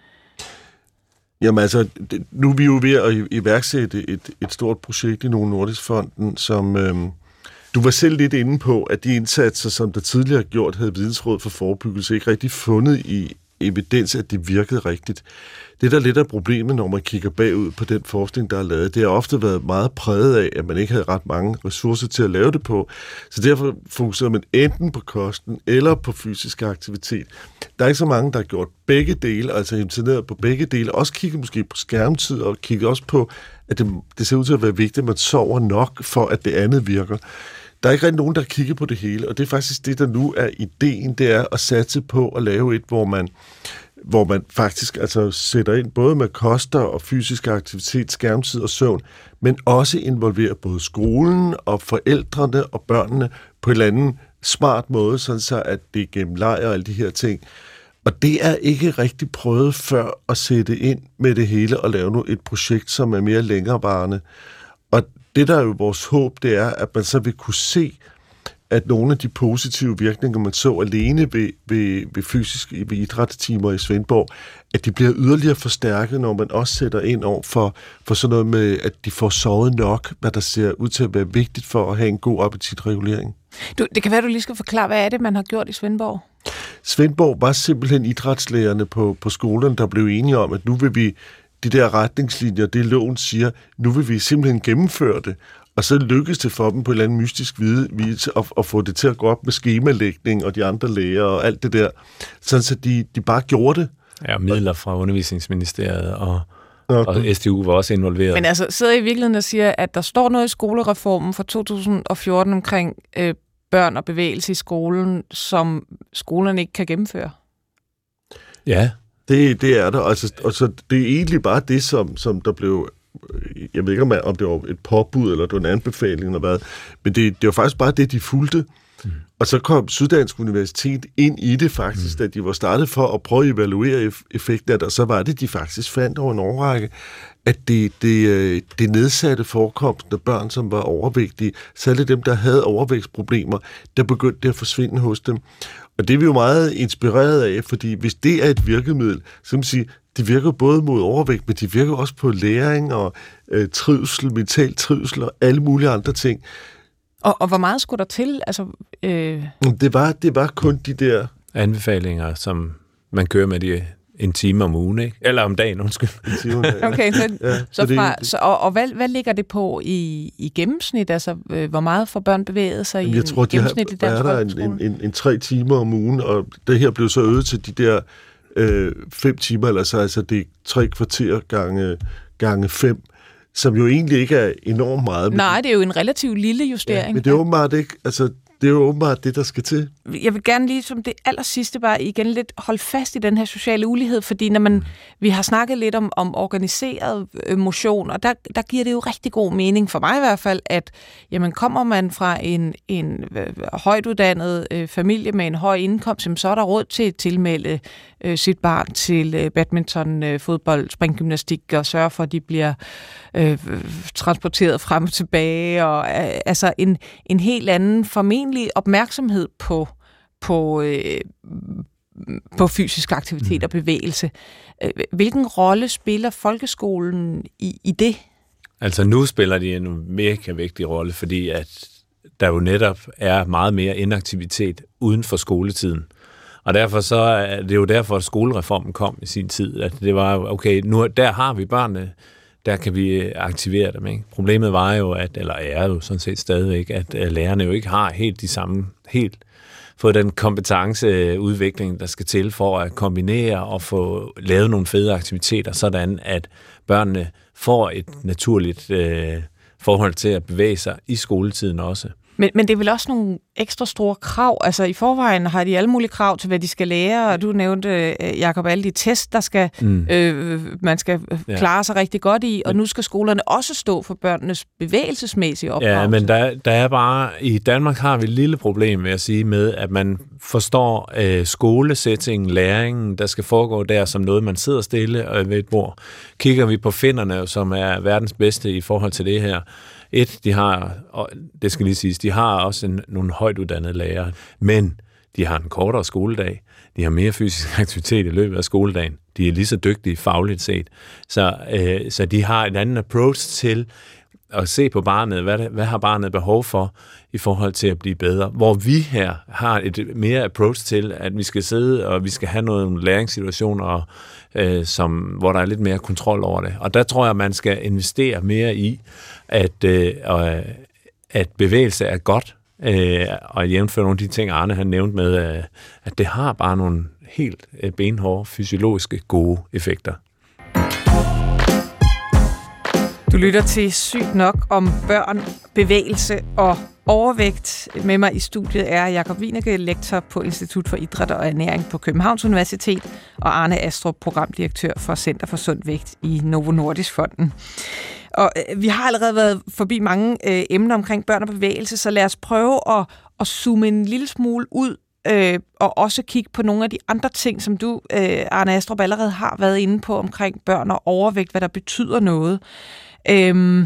Jamen altså, nu er vi jo ved at iværksætte et, et stort projekt i Novo Nordisk-fonden, som øhm, du var selv lidt inde på, at de indsatser, som der tidligere har gjort, havde Vidensråd for Forebyggelse ikke rigtig fundet i evidens, at det virkede rigtigt. Det, der lidt er problemet, når man kigger bagud på den forskning, der er lavet, det har ofte været meget præget af, at man ikke havde ret mange ressourcer til at lave det på. Så derfor fokuserer man enten på kosten eller på fysisk aktivitet. Der er ikke så mange, der har gjort begge dele, altså imponeret på begge dele. Også kigget måske på skærmtid og kigget også på, at det, det ser ud til at være vigtigt, at man sover nok, for at det andet virker. Der er ikke rigtig nogen, der kigger på det hele, og det er faktisk det, der nu er ideen, det er at satse på at lave et, hvor man, hvor man faktisk altså sætter ind både med koster og fysisk aktivitet, skærmtid og søvn, men også involverer både skolen og forældrene og børnene på en eller anden smart måde, sådan så at det er gennem leg og alle de her ting. Og det er ikke rigtig prøvet før at sætte ind med det hele og lave nu et projekt, som er mere længerevarende. Og det, der er jo vores håb, det er, at man så vil kunne se, at nogle af de positive virkninger, man så alene ved, ved, ved fysisk ved idrætstimer i Svendborg, at de bliver yderligere forstærket, når man også sætter ind over for, for sådan noget med, at de får sovet nok, hvad der ser ud til at være vigtigt for at have en god appetitregulering. Du, det kan være, du lige skal forklare, hvad er det, man har gjort i Svendborg? Svendborg var simpelthen idrætslærerne på, på skolen, der blev enige om, at nu vil vi de der retningslinjer, det loven siger, nu vil vi simpelthen gennemføre det. Og så lykkes det for dem på en eller anden mystisk vis at, at få det til at gå op med skemalægning og de andre læger og alt det der. Sådan så de, de bare gjorde det. Ja, midler fra Undervisningsministeriet og, okay. og S D U var også involveret. Men altså, sidder I i virkeligheden og siger, at der står noget i skolereformen fra to tusind og fjorten omkring øh, børn og bevægelse i skolen, som skolerne ikke kan gennemføre? Ja. Det, det er der. Altså, og så det er egentlig bare det, som, som der blev... Jeg ved ikke, om, om det var et påbud, eller det var en anbefaling, eller hvad. Men det, det var faktisk bare det, de fulgte. Mm. Og så kom Syddansk Universitet ind i det faktisk, mm. da de var startet for at prøve at evaluere effekten af det, og så var det, de faktisk fandt over en årrække, at det, det, det nedsatte forekomsten af børn, som var overvægtige, særligt dem, der havde overvægtsproblemer, der begyndte det at forsvinde hos dem. Og det er vi jo meget inspireret af, fordi hvis det er et virkemiddel, så kan man sige, de virker både mod overvægt, men de virker også på læring og øh, trivsel, mental trivsel og alle mulige andre ting. Og, og hvor meget skulle der til? Altså, øh... det, var, det var kun de der... anbefalinger, som man kører med de en time om ugen, ikke? Eller om dagen, undskyld. En time om dagen. Okay, så, ja, så, så fra, det, så, og, og hvad, hvad ligger det på i, i gennemsnit? Altså, øh, hvor meget får børn bevæget sig i jeg tror, en gennemsnitlig dansk folkeskole? Jeg tror, de har en, en, en tre timer om ugen, og det her blev så øget til de der øh, fem timer, eller så altså det er tre kvarter gange, gange fem, som jo egentlig ikke er enormt meget. Nej, det er jo en relativt lille justering. Ja, men det er åbenbart ikke, altså det er jo åbenbart det, der skal til. Jeg vil gerne lige som det aller sidste bare igen lidt holde fast i den her sociale ulighed, fordi når man, vi har snakket lidt om, om organiseret motion, og der, der giver det jo rigtig god mening, for mig i hvert fald, at jamen, kommer man fra en, en højt uddannet øh, familie med en høj indkomst, så er der råd til at tilmelde øh, sit barn til øh, badminton, øh, fodbold, springgymnastik, og sørge for, at de bliver øh, transporteret frem og tilbage, og øh, altså en, en helt anden formentlig opmærksomhed på, på, øh, på fysisk aktivitet og bevægelse. Hvilken rolle spiller folkeskolen i, i det? Altså nu spiller de en mega vigtig rolle, fordi at der jo netop er meget mere inaktivitet uden for skoletiden. Og derfor så er det jo derfor, at skolereformen kom i sin tid, at det var, okay, nu der har vi børnene, der kan vi aktivere dem, ikke? Problemet var jo, at, eller er jo sådan set stadigvæk, at lærerne jo ikke har helt de samme, helt fået den kompetenceudvikling, der skal til for at kombinere og få lavet nogle fede aktiviteter, sådan at børnene får et naturligt øh, forhold til at bevæge sig i skoletiden også. Men, men det er vel også nogle ekstra store krav? Altså i forvejen har de alle mulige krav til, hvad de skal lære, og du nævnte, Jacob, alle de test, der skal, mm. øh, man skal ja. klare sig rigtig godt i, og nu skal skolerne også stå for børnenes bevægelsesmæssige opdragelse. Ja, men der, der er bare, i Danmark har vi et lille problem, vil jeg sige, med, at man forstår øh, skolesætningen, læringen, der skal foregå der som noget, man sidder stille og ved et bord. Kigger vi på finnerne, som er verdens bedste i forhold til det her. Et, de har, og det skal lige siges, de har også en, nogle højt uddannede lærere, men de har en kortere skoledag. De har mere fysisk aktivitet i løbet af skoledagen. De er lige så dygtige fagligt set. Så, øh, så de har en anden approach til at se på barnet. Hvad, hvad har barnet behov for i forhold til at blive bedre? Hvor vi her har et mere approach til, at vi skal sidde, og vi skal have nogle læringssituationer, øh, som, hvor der er lidt mere kontrol over det. Og der tror jeg, man skal investere mere i, at, øh, at bevægelse er godt, øh, og jævnføre nogle af de ting, Arne har nævnt med, øh, at det har bare nogle helt øh, benhårde, fysiologiske, gode effekter. Du lytter til Sygt nok om børn, bevægelse og overvægt. Med mig i studiet er Jacob Wieneke, lektor på Institut for Idræt og Ernæring på Københavns Universitet, og Arne Astrup, programdirektør for Center for Sund Vægt i Novo Nordisk Fonden. Og øh, vi har allerede været forbi mange øh, emner omkring børn og bevægelse, så lad os prøve at, at zoome en lille smule ud øh, og også kigge på nogle af de andre ting, som du, øh, Arne Astrup, allerede har været inde på omkring børn og overvægt, hvad der betyder noget. Øhm,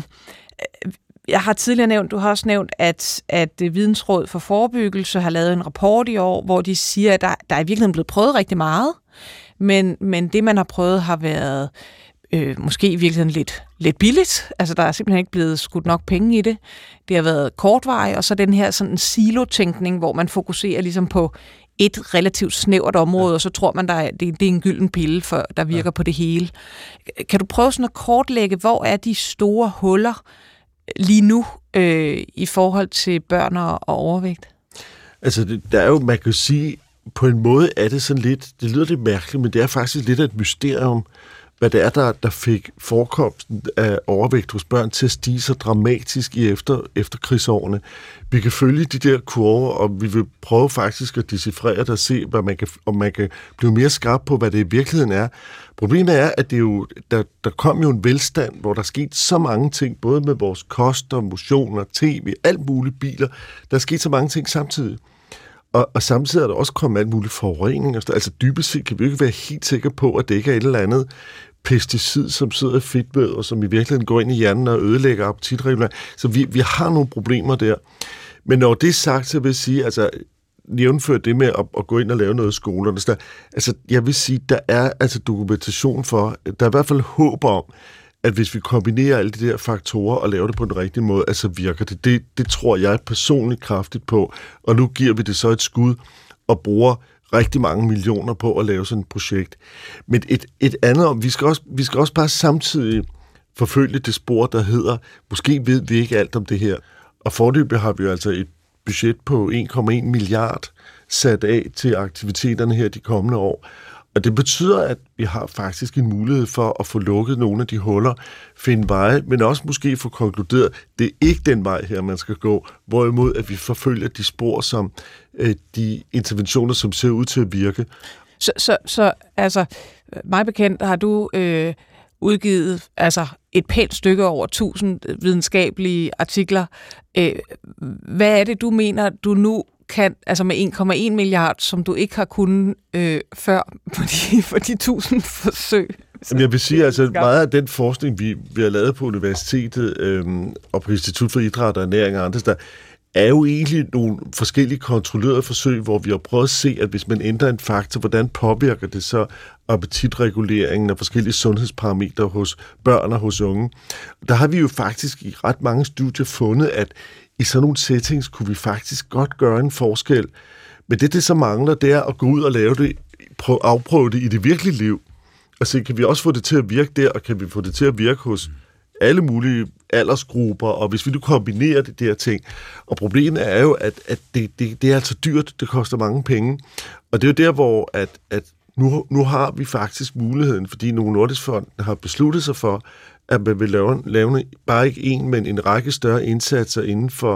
jeg har tidligere nævnt, du har også nævnt, at, at Vidensråd for Forebyggelse har lavet en rapport i år, hvor de siger, at der, der er i virkeligheden blevet prøvet rigtig meget, men, men det, man har prøvet, har været øh, måske i virkeligheden lidt, lidt billigt. Altså, der er simpelthen ikke blevet skudt nok penge i det. Det har været kortvarig, og så den her sådan silotænkning, hvor man fokuserer ligesom på et relativt snævert område, ja. Og så tror man, der er, det, det er en gylden pille, for, der virker ja. på det hele. Kan du prøve sådan at kortlægge, hvor er de store huller lige nu øh, i forhold til børn og overvægt? Altså, det, der er jo, man kan sige, på en måde er det sådan lidt, det lyder lidt mærkeligt, men det er faktisk lidt et mysterium, hvad det er, der, der fik forekomsten af overvægt hos børn til at stige så dramatisk i efter, efterkrigsårene. Vi kan følge de der kurver, og vi vil prøve faktisk at decifrere det og se, hvad man kan, om man kan blive mere skarp på, hvad det i virkeligheden er. Problemet er, at det jo, der, der kom jo en velstand, hvor der skete så mange ting, både med vores kost og motion og tv, alt muligt biler. Der er sket så mange ting samtidig. Og, og samtidig er der også kommet alt muligt forurening. Altså dybest set kan vi ikke være helt sikre på, at det ikke er et eller andet pesticid, som sidder i fedtmød, og som i virkeligheden går ind i hjernen og ødelægger appetitregulering. Så vi, vi har nogle problemer der. Men når det er sagt, så vil jeg sige, altså jævnfør det med at, at gå ind og lave noget i skolerne. Der, altså jeg vil sige, der er altså dokumentation for, der er i hvert fald håb om, at hvis vi kombinerer alle de der faktorer og laver det på den rigtige måde, altså virker det. Det, det tror jeg personligt kraftigt på. Og nu giver vi det så et skud og bruger rigtig mange millioner på at lave sådan et projekt. Men et, et andet om, vi skal, også, vi skal også bare samtidig forfølge det spor, der hedder, måske ved vi ikke alt om det her. Og foreløbig har vi jo altså et budget på en komma en milliard sat af til aktiviteterne her de kommende år. Og det betyder, at vi har faktisk en mulighed for at få lukket nogle af de huller, finde veje, men også måske få konkluderet, det er ikke den vej her, man skal gå, hvorimod at vi forfølger de spor, som øh, de interventioner, som ser ud til at virke. Så, så, så altså, mig bekendt har du øh, udgivet altså, et pænt stykke over tusind videnskabelige artikler. Øh, hvad er det, du mener, du nu kan, altså med en komma en milliard, som du ikke har kunnet øh, før på de, for de tusind forsøg? Jamen, jeg vil sige, altså meget af den forskning, vi, vi har lavet på universitetet øh, og på Institut for Idræt og Ernæring og andre steder, er jo egentlig nogle forskellige kontrollerede forsøg, hvor vi har prøvet at se, at hvis man ændrer en faktor, hvordan påvirker det så appetitreguleringen af forskellige sundhedsparametre hos børn og hos unge. Der har vi jo faktisk i ret mange studier fundet, at i sådan nogle settings kunne vi faktisk godt gøre en forskel. Men det, det så mangler, det er at gå ud og lave det, prøve, afprøve det i det virkelige liv. Og se, kan vi også få det til at virke der, og kan vi få det til at virke hos alle mulige aldersgrupper, og hvis vi nu kombinerer det der ting. Og problemet er jo, at, at det, det, det er altså dyrt, det koster mange penge. Og det er jo der, hvor at, at nu, nu har vi faktisk muligheden, fordi Novo Nordisk Fonden har besluttet sig for, at man vil lave, lave bare ikke en, men en række større indsatser inden for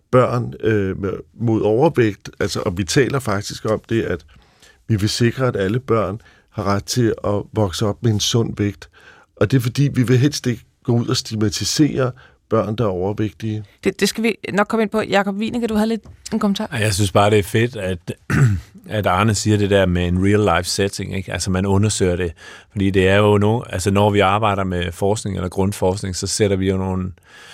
børn øh, mod overvægt, altså, og vi taler faktisk om det, at vi vil sikre, at alle børn har ret til at vokse op med en sund vægt. Og det er fordi, vi vil helst ikke gå ud og stigmatisere børn, der er overvægtige. Det, det skal vi nok komme ind på. Jakob Winnicke, du havde lidt en kommentar. Jeg synes bare, det er fedt, at, at Arne siger det der med en real-life setting. Ikke? Altså, man undersøger det. Fordi det er jo no, altså, når vi arbejder med forskning eller grundforskning, så sætter vi jo nogle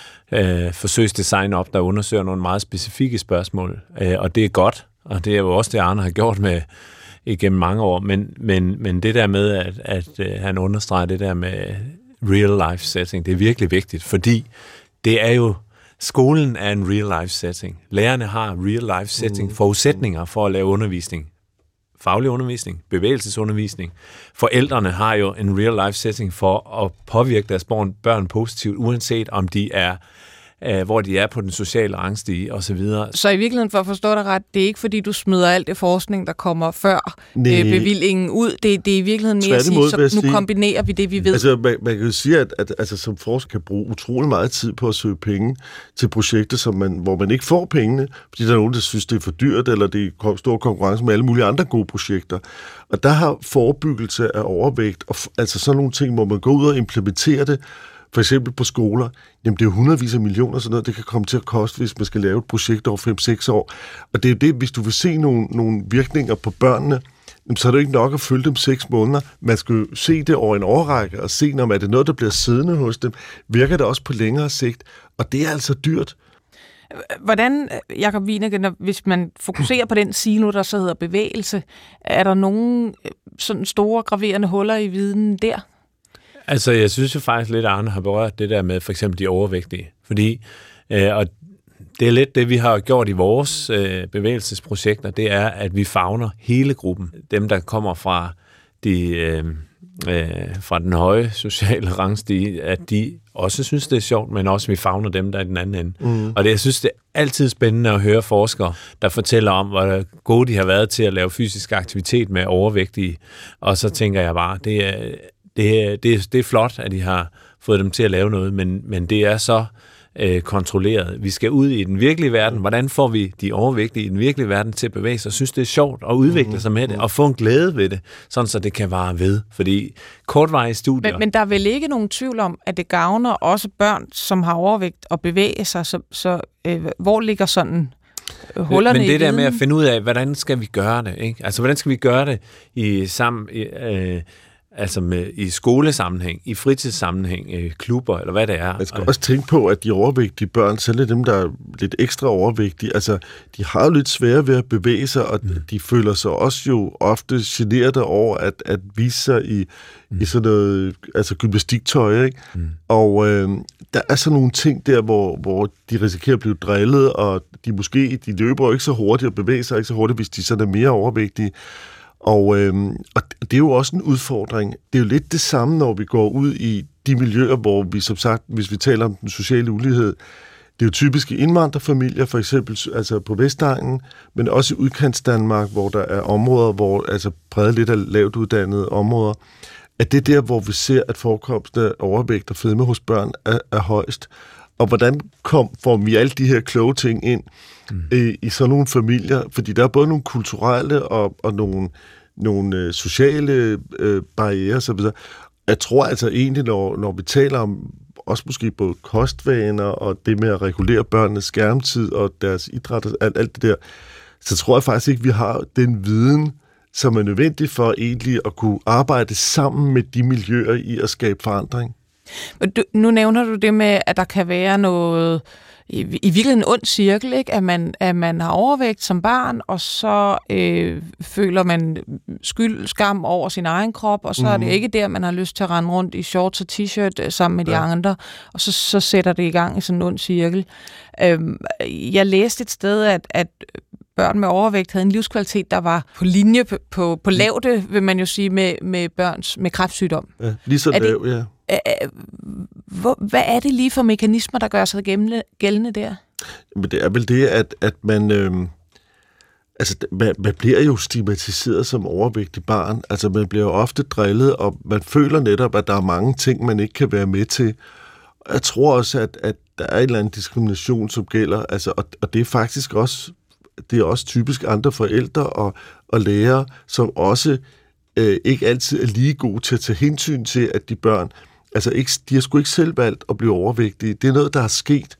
øh, forsøgsdesign op, der undersøger nogle meget specifikke spørgsmål. Øh, og det er godt, og det er jo også det, Arne har gjort med igennem mange år. Men, men, men det der med, at, at, at han understreger det der med real-life setting, det er virkelig vigtigt, fordi det er jo, skolen er en real-life setting. Lærerne har real-life setting, mm. forudsætninger for at lave undervisning. Faglig undervisning, bevægelsesundervisning. Forældrene har jo en real-life setting for at påvirke deres børn, børn positivt, uanset om de er, øh, hvor de er på den sociale rangstige osv. Så, så i virkeligheden, for at forstå dig ret, det er ikke fordi, du smider alt det forskning, der kommer før øh, bevillingen ud. Det, det er i virkeligheden mere at sige, så nu kombinerer vi det, vi ved. Altså, man, man kan jo sige, at, at altså, som forsker kan bruge utrolig meget tid på at søge penge til projekter, som man, hvor man ikke får pengene, fordi der er nogen, der synes, det er for dyrt, eller det er stor konkurrence med alle mulige andre gode projekter. Og der har forebyggelse af overvægt, og altså sådan nogle ting, hvor man går ud og implementerer det, for eksempel på skoler, jamen det er jo hundredvis af millioner, sådan noget, det kan komme til at koste, hvis man skal lave et projekt over fem seks år. Og det er jo det, hvis du vil se nogle, nogle virkninger på børnene, så er det ikke nok at følge dem seks måneder. Man skal jo se det over en årrække, og se, om er det noget, der bliver siddende hos dem. Virker det også på længere sigt? Og det er altså dyrt. Hvordan, Jakob Winnicke, når, hvis man fokuserer på den silo, der så hedder bevægelse, er der nogle sådan store, graverende huller i viden der? Altså, jeg synes jo faktisk lidt, at Arne har berørt det der med for eksempel de overvægtige. Fordi, øh, og det er lidt det, vi har gjort i vores øh, bevægelsesprojekter, det er, at vi favner hele gruppen. Dem, der kommer fra, de, øh, øh, fra den høje sociale rangstige, at de også synes, det er sjovt, men også vi favner dem, der er i den anden ende. Mm. Og det, jeg synes, det er altid spændende at høre forskere, der fortæller om, hvor gode de har været til at lave fysisk aktivitet med overvægtige. Og så tænker jeg bare, det er... Det, det, det er flot, at de har fået dem til at lave noget, men, men det er så øh, kontrolleret. Vi skal ud i den virkelige verden. Hvordan får vi de overvægtige i den virkelige verden til at bevæge sig? Jeg synes, det er sjovt at udvikle sig med det, og få en glæde ved det, sådan så det kan vare ved. Fordi kortvarige studier... Men, men der er vel ikke nogen tvivl om, at det gavner også børn, som har overvægt og bevæge sig, så, så øh, hvor ligger sådan... hullerne men det i der viden? med at finde ud af, hvordan skal vi gøre det? Ikke? Altså, hvordan skal vi gøre det i sammen... Øh, altså med, i skolesammenhæng, i fritidssammenhæng, i klubber, eller hvad det er. Man skal også tænke på, at de overvægtige børn, selv er dem, der er lidt ekstra overvægtige, altså, de har jo lidt svære ved at bevæge sig, og mm. de føler sig også jo ofte generet over at, at vise sig i, mm. i sådan noget, altså gymnastiktøj, ikke? Mm. Og øh, der er sådan nogle ting der, hvor, hvor de risikerer at blive drillet, og de måske, de løber jo ikke så hurtigt og bevæger sig ikke så hurtigt, hvis de sådan er mere overvægtige. Og, øhm, og det er jo også en udfordring. Det er jo lidt det samme, når vi går ud i de miljøer, hvor vi, som sagt, hvis vi taler om den sociale ulighed, det er jo typiske indvandrerfamilier, for eksempel altså på Vestegnen, men også i udkantsdanmark, hvor der er områder, hvor altså præget lidt af lavt uddannede områder, at det er der, hvor vi ser, at forekomsten af overvægt og fedme hos børn er, er højst. Og hvordan kom, får vi alle de her kloge ting ind mm. øh, i sådan nogle familier? Fordi der er både nogle kulturelle og, og nogle, nogle øh, sociale øh, barrierer osv. Jeg tror altså egentlig, når, når vi taler om også måske både kostvaner og det med at regulere børnenes skærmtid og deres idræt og alt, alt det der, så tror jeg faktisk ikke, vi har den viden, som er nødvendig for egentlig at kunne arbejde sammen med de miljøer i at skabe forandring. Du, nu nævner du det med, at der kan være noget, i, i virkeligheden en ond cirkel, ikke? At, man, at man har overvægt som barn, og så øh, føler man skyld, skam over sin egen krop, og så mm-hmm. er det ikke der, man har lyst til at rende rundt i shorts og t-shirt sammen med de ja. andre, og så, så sætter det i gang i sådan en ond cirkel. Øh, jeg læste et sted, at, at børn med overvægt havde en livskvalitet, der var på linje på, på, på lavde, vil man jo sige, med, med børns med kræftsygdom. Ja, lige så lav, ja. Hvad er det lige for mekanismer, der gør sig gældende, gældende der? Men det er vel det, at, at man, øh, altså, man, man bliver jo stigmatiseret som overvægtig barn. Altså, man bliver jo ofte drillet, og man føler netop, at der er mange ting, man ikke kan være med til. Jeg tror også, at, at der er en eller anden diskrimination, som gælder, altså, og, og det er faktisk også, det er også typisk andre forældre og, og lærere, som også øh, ikke altid er lige gode til at tage hensyn til, at de børn, altså ikke, de har sgu ikke selv valgt at blive overvægtige. Det er noget, der er sket,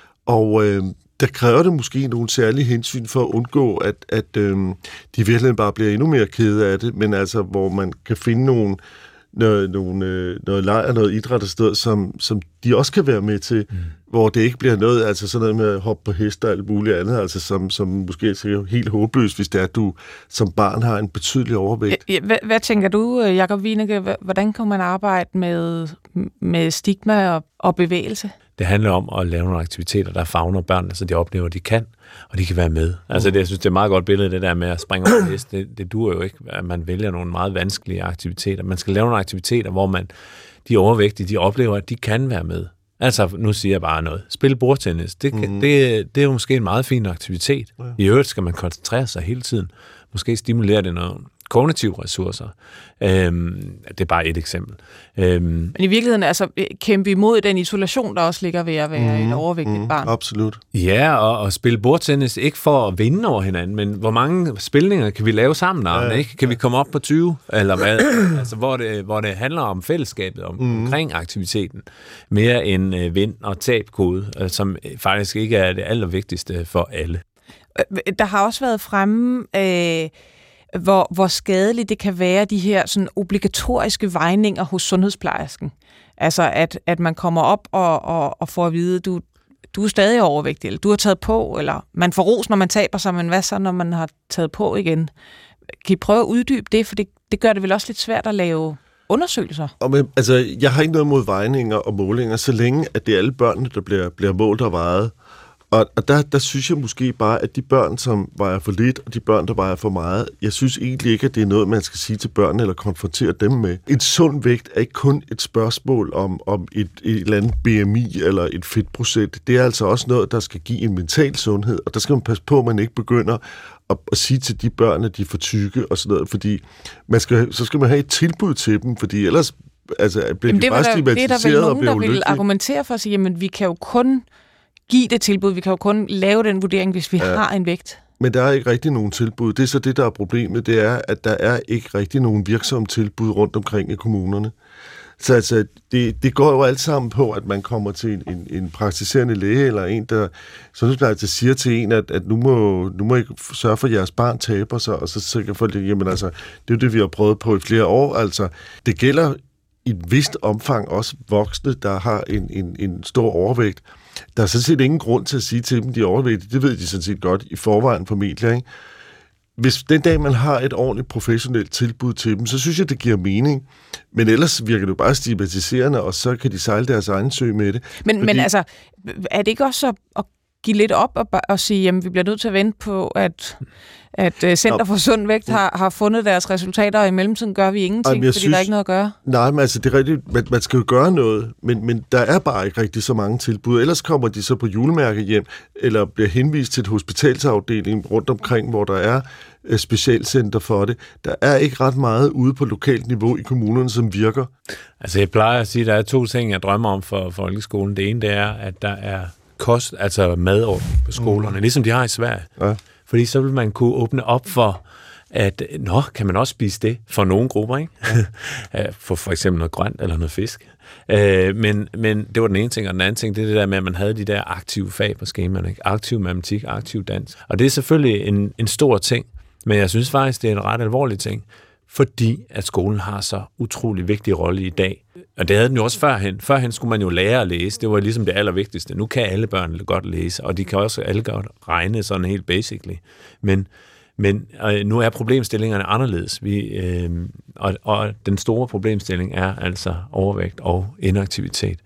og øh, der kræver det måske nogle særlige hensyn for at undgå, at, at øh, de virkelig bare bliver endnu mere kede af det, men altså, hvor man kan finde nogle Noget, nogle, noget leg og noget idræt og sted, som, som de også kan være med til, mm. hvor det ikke bliver noget, altså sådan noget med at hoppe på heste og alt muligt andet, altså som, som måske er helt håbløst, hvis det er, at du som barn har en betydelig overvægt. Ja, hvad, hvad tænker du, Jakob Wienecke, hvordan kan man arbejde med, med stigma og, og bevægelse? Det handler om at lave nogle aktiviteter, der favner børnene, så de oplever, at de kan, og de kan være med. Altså det, jeg synes, det er et meget godt billede, det der med at springe over hest. Det, det duer jo ikke, at man vælger nogle meget vanskelige aktiviteter. Man skal lave nogle aktiviteter, hvor man, de overvægtige, de oplever, at de kan være med. Altså, nu siger jeg bare noget. Spille bordtennis, det, kan, mm. det, det er jo måske en meget fin aktivitet. Ja. I øvrigt skal man koncentrere sig hele tiden. Måske stimulere det noget kognitive ressourcer. Øhm, det er bare et eksempel. Øhm, Men i virkeligheden altså kæmpe imod den isolation, der også ligger ved at være mm, et overvægtigt mm, barn. Absolut. Ja, og, og spille bordtennis ikke for at vinde over hinanden, men hvor mange spilninger kan vi lave sammen, Arne, ja, ikke? Kan ja. vi komme op på tyve, eller hvad? altså, hvor det, hvor det handler om fællesskabet, om, mm. omkring aktiviteten, mere end øh, vind- og tabkode, øh, som faktisk ikke er det allervigtigste for alle. Der har også været fremme øh, Hvor, hvor skadeligt det kan være, de her sådan obligatoriske vejninger hos sundhedsplejersken. Altså, at, at man kommer op og, og, og får at vide, du, du er stadig overvægtig, eller du har taget på, eller man får ros, når man taber sig, men hvad så, når man har taget på igen? Kan I prøve at uddybe det, for det, det gør det vel også lidt svært at lave undersøgelser? Og med, altså, jeg har ikke noget mod vejninger og målinger, så længe at det er alle børnene, der bliver, bliver målt og vejet. Og, og der, der synes jeg måske bare, at de børn, som vejer for lidt, og de børn, der vejer for meget, jeg synes egentlig ikke, at det er noget, man skal sige til børnene eller konfrontere dem med. En sund vægt er ikke kun et spørgsmål om, om et, et eller andet B M I eller et fedtprocent. Det er altså også noget, der skal give en mental sundhed, og der skal man passe på, at man ikke begynder at, at sige til de børn, at de er for tykke og sådan noget, fordi man skal, så skal man have et tilbud til dem, fordi ellers altså, bliver de bare stigmatiseret og bliver ulykkelige. Det er der vel nogen, der vil argumentere for at sige, jamen vi kan jo kun give det tilbud. Vi kan jo kun lave den vurdering, hvis vi ja, har en vægt. Men der er ikke rigtig nogen tilbud. Det er så det, der er problemet. Det er, at der er ikke rigtig nogen virksomme tilbud rundt omkring i kommunerne. Så altså, det, det går jo alt sammen på, at man kommer til en, en, en praktiserende læge, eller en, der sundhedsplejerske siger til en, at, at nu, må, nu må I sørge for, at jeres barn taber sig, og så sikkert for det, jamen altså, det er jo det, vi har prøvet på i flere år. Altså, det gælder i et vist omfang også voksne, der har en, en, en stor overvægt. Der er sådan set ingen grund til at sige til dem, de er overvægtige. Det ved de sådan set godt i forvejen formentlig, ikke? Hvis den dag, man har et ordentligt professionelt tilbud til dem, så synes jeg, det giver mening. Men ellers virker det jo bare stigmatiserende, og så kan de sejle deres egen sø med det. Men, fordi... men altså, er det ikke også at, at give lidt op og, og sige, jamen vi bliver nødt til at vente på, at, at Center for Sund Vægt har, har fundet deres resultater, og i mellemtiden gør vi ingenting, jamen, fordi synes... der er ikke noget at gøre? Nej, men altså, det er rigtigt. Man, man skal jo gøre noget, men, men der er bare ikke rigtig så mange tilbud. Ellers kommer de så på julemærke hjem, eller bliver henvist til et hospitalsafdeling rundt omkring, hvor der er øh, specialcenter for det. Der er ikke ret meget ude på lokalt niveau i kommunerne, som virker. Altså, jeg plejer at sige, at der er to ting, jeg drømmer om for folkeskolen. Det ene, det er, at der er kost, altså madordning på skolerne, mm. ligesom de har i Sverige. Ja. Fordi så vil man kunne åbne op for, at nå, kan man også spise det for nogle grupper, ikke? Ja. for for eksempel noget grønt eller noget fisk. Øh, men, men det var den ene ting, og den anden ting, det er det der med, at man havde de der aktive fag på skemaerne, ikke? Aktiv matematik, aktiv dans. Og det er selvfølgelig en, en stor ting, men jeg synes faktisk, det er en ret alvorlig ting, fordi at skolen har så utrolig vigtig rolle i dag. Og det havde den jo også førhen. Førhen skulle man jo lære at læse. Det var ligesom det allervigtigste. Nu kan alle børn godt læse, og de kan også alle godt regne sådan helt basically. Men, men øh, nu er problemstillingerne anderledes. Vi, øh, og, og den store problemstilling er altså overvægt og inaktivitet.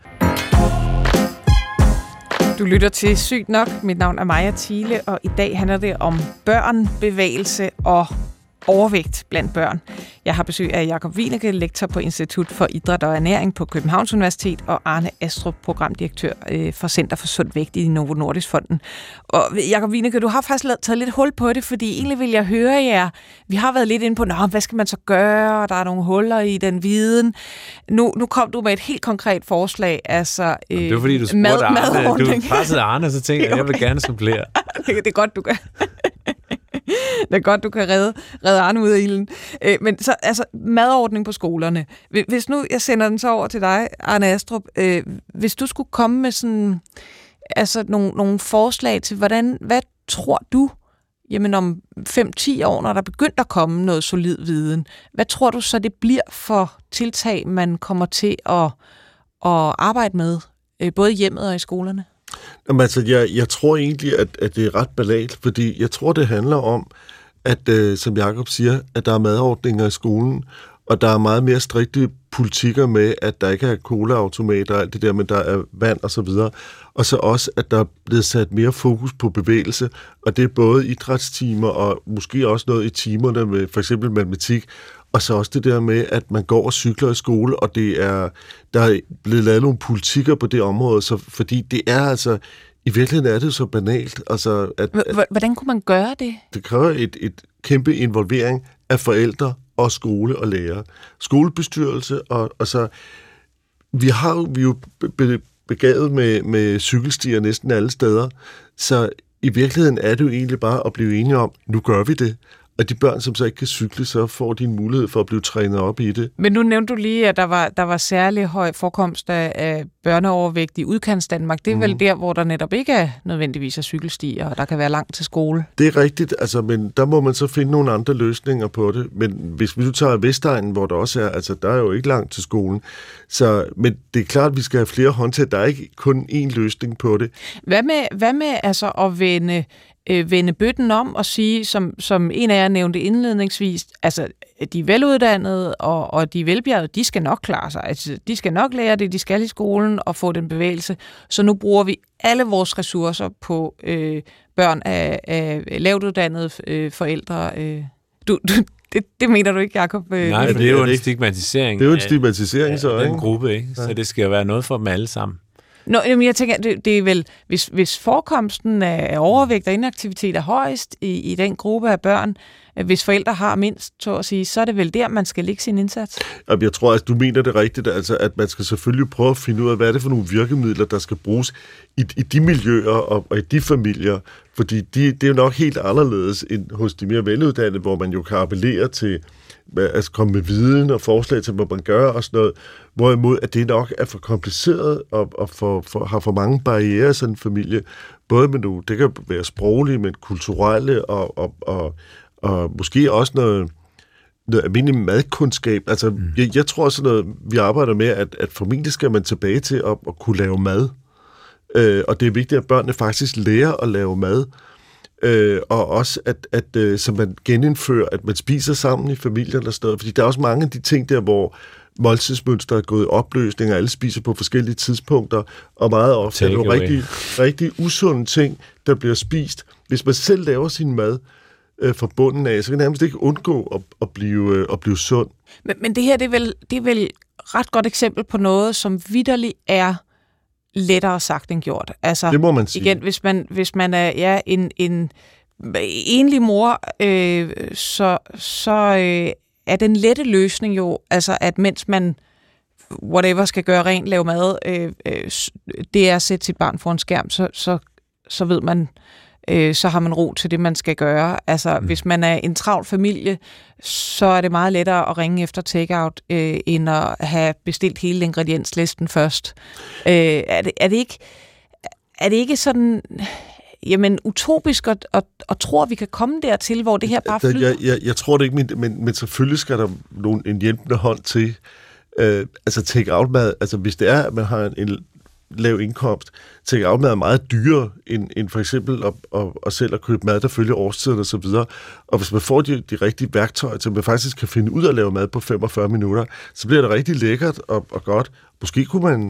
Du lytter til Sygt Nok. Mit navn er Maja Thiele, og i dag handler det om børn, bevægelse og overvægt blandt børn. Jeg har besøg af Jakob Wieneke, lektor på Institut for Idræt og Ernæring på Københavns Universitet, og Arne Astrup, programdirektør for Center for Sund Vægt i Novo Nordisk Fonden. Og Jakob Wieneke, du har faktisk taget lidt hul på det, fordi egentlig vil jeg høre jer, vi har været lidt inde på, nå, hvad skal man så gøre, der er nogle huller i den viden. Nu, nu kom du med et helt konkret forslag, altså øh, det var fordi, du spurgte mad, Arne, du pressede Arne, så tænkte jeg, at jeg vil gerne supplere. Det er godt, du kan. Det er godt, du kan redde, redde Arne ud af ilden. Øh, men så, altså, madordning på skolerne. Hvis nu, jeg sender den så over til dig, Arne Astrup, øh, hvis du skulle komme med sådan, altså, nogle, nogle forslag til, hvordan, hvad tror du, jamen om fem til ti år, når der er begyndt at komme noget solid viden, hvad tror du så, det bliver for tiltag, man kommer til at, at arbejde med, øh, både i hjemmet og i skolerne? Jamen, altså, jeg, jeg tror egentlig, at, at det er ret banalt, fordi jeg tror, det handler om, at, øh, som Jakob siger, at der er madordninger i skolen, og der er meget mere strikte politikker med, at der ikke er colaautomater og alt det der, men der er vand og så videre. Og så også, at der er blevet sat mere fokus på bevægelse, og det er både idrætstimer og måske også noget i timerne med for eksempel matematik, og så også det der med, at man går og cykler i skole, og det er, der er blevet lavet nogle politikker på det område, så, fordi det er altså, i virkeligheden er det så banalt. Altså, at, at Hvordan kunne man gøre det? Det kræver et, et kæmpe involvering af forældre og skole og lærere. Skolebestyrelse, og, og så, vi har jo, vi er jo be, begavet med, med cykelstier næsten alle steder, så i virkeligheden er det jo egentlig bare at blive enige om, nu gør vi det. Og de børn, som så ikke kan cykle, så får de en mulighed for at blive trænet op i det. Men nu nævnte du lige, at der var, der var særlig høj forekomst af, af børneovervægt i udkantsdanmark. Det er mm. vel der, hvor der netop ikke er nødvendigvis er cykelstier, og der kan være langt til skole. Det er rigtigt, altså, men der må man så finde nogle andre løsninger på det. Men hvis vi nu tager Vestegnen, hvor der også er, altså der er jo ikke langt til skolen. Så, men det er klart, at vi skal have flere håndtag. Der er ikke kun én løsning på det. Hvad med, hvad med altså at vende... vende bøtten om og sige, som, som en af jer nævnte indledningsvis, altså de veluddannede og, og de velbjergede, de skal nok klare sig. Altså, de skal nok lære det, de skal i skolen og få den bevægelse. Så nu bruger vi alle vores ressourcer på øh, børn af, af lavt uddannede øh, forældre. Øh. Du, du, det, det mener du ikke, Jakob? Øh, Nej, for det er jo en stigmatisering. Det er jo en stigmatisering, af, så, af den ikke? gruppe, ikke? Så det skal jo være noget for dem alle sammen. Nå, jeg tænker, det, det er vel, hvis, hvis forekomsten af overvægt og inaktivitet er højst i, i den gruppe af børn, hvis forældre har mindst, så at sige, så er det vel der, man skal lægge sin indsats? Jeg tror, at du mener det rigtigt, altså, at man skal selvfølgelig prøve at finde ud af, hvad er det for nogle virkemidler, der skal bruges i, i de miljøer og, og i de familier, fordi de, det er jo nok helt anderledes end hos de mere veluddannede, hvor man jo kan appellere til at komme med viden og forslag til, hvad man gør og sådan noget, hvorimod at det nok er for kompliceret og, og for, for, har for mange barrierer i sådan en familie, både med nogle, det kan være sproglige, men kulturelle og, og, og, og måske også noget, noget almindelig madkundskab. Altså, mm. jeg, jeg tror sådan noget, vi arbejder med, at, at formentlig skal man tilbage til at, at kunne lave mad. Øh, og det er vigtigt, at børnene faktisk lærer at lave mad. Øh, og også, at, at øh, så man genindfører, at man spiser sammen i familien og sådan noget. Fordi der er også mange af de ting der, hvor måltidsmønster er gået i opløsning, og alle spiser på forskellige tidspunkter, og meget ofte er det jo rigtig, rigtig usunde ting, der bliver spist. Hvis man selv laver sin mad øh, fra bunden af, så kan man nærmest ikke undgå at, at, blive, øh, at blive sund. Men, men det her, det er, vel, det er vel ret godt eksempel på noget, som vitterligt er lettere sagt end gjort. Altså, det må man sige. Igen, hvis man, hvis man er ja, en, en enlig mor, øh, så, så øh, er den lette løsning jo, altså at mens man whatever skal gøre rent, lave mad, øh, øh, det er at sætte sit barn for en skærm, så, så, så ved man, øh, så har man ro til det, man skal gøre. Altså, mm. hvis man er en travl familie, så er det meget lettere at ringe efter takeout, øh, end at have bestilt hele ingredienslisten først. Øh, er, det, er, det ikke, er det ikke sådan... Jamen, utopisk at, at, at tro, at vi kan komme dertil, hvor det her bare flyder? Jeg, jeg, jeg tror det ikke, men, men, men selvfølgelig skal der nogen, en hjælpende hånd til. Øh, altså, take-out-mad, altså hvis det er, at man har en, en lav indkomst, take-out-mad er meget dyrere, end, end for eksempel at, at, at selv at købe mad, der følger årstiden og så videre. Og hvis man får de, de rigtige værktøjer til, at man faktisk kan finde ud af at lave mad på femogfyrre minutter, så bliver det rigtig lækkert og, og godt. Måske kunne man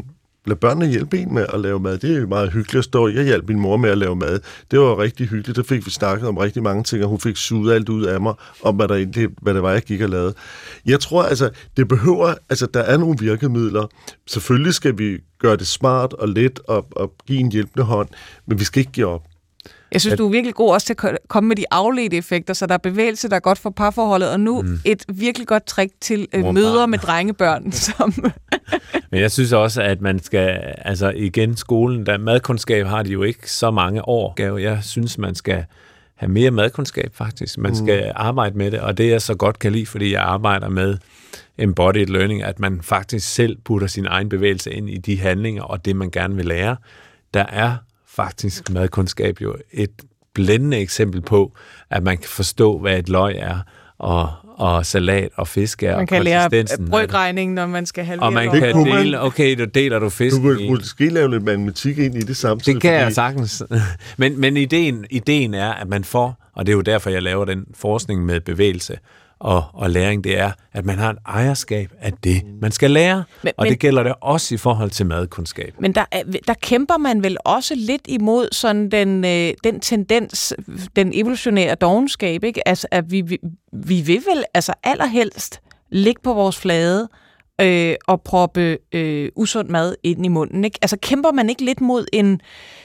lad børnene hjælpe en med at lave mad. Det er jo meget hyggeligt at stå. Jeg hjalp min mor med at lave mad. Det var rigtig hyggeligt. Der fik vi snakket om rigtig mange ting, og hun fik suget alt ud af mig, om hvad, der egentlig, hvad det var, jeg gik og lavede. Jeg tror, altså, det behøver, altså, der er nogle virkemidler. Selvfølgelig skal vi gøre det smart og let og, og give en hjælpende hånd, men vi skal ikke give op. Jeg synes, at... du er virkelig god også til at komme med de afledte effekter, så der er bevægelse, der er godt for parforholdet, og nu mm. et virkelig godt trick til øh, mødre med drengebørn. Som Men jeg synes også, at man skal, altså igen, skolen, der madkundskab har de jo ikke så mange år. Jeg synes, man skal have mere madkundskab faktisk. Man skal mm. arbejde med det, og det jeg så godt kan lide, fordi jeg arbejder med embodied learning, at man faktisk selv putter sin egen bevægelse ind i de handlinger, og det man gerne vil lære. Der er faktisk madkundskab jo et blændende eksempel på, at man kan forstå, hvad et løg er, og, og salat og fisk er. Man kan lære brødregning, når man skal halvere. Og man kan dele, okay, du deler du fisk. Du kan måske lave lidt matematik ind i det samtidig. Det kan fordi... jeg sagtens. Men, men ideen, ideen er, at man får, og det er jo derfor, jeg laver den forskning med bevægelse, Og, og læring, det er, at man har et ejerskab af det, man skal lære. Men, og det men, gælder det også i forhold til madkundskab. Men der, der kæmper man vel også lidt imod sådan den, øh, den tendens, den evolutionære dovenskab, ikke? Altså, at vi, vi, vi vil vel altså allerhelst ligge på vores flade øh, og proppe øh, usund mad ind i munden, ikke? Altså, kæmper man ikke lidt mod en,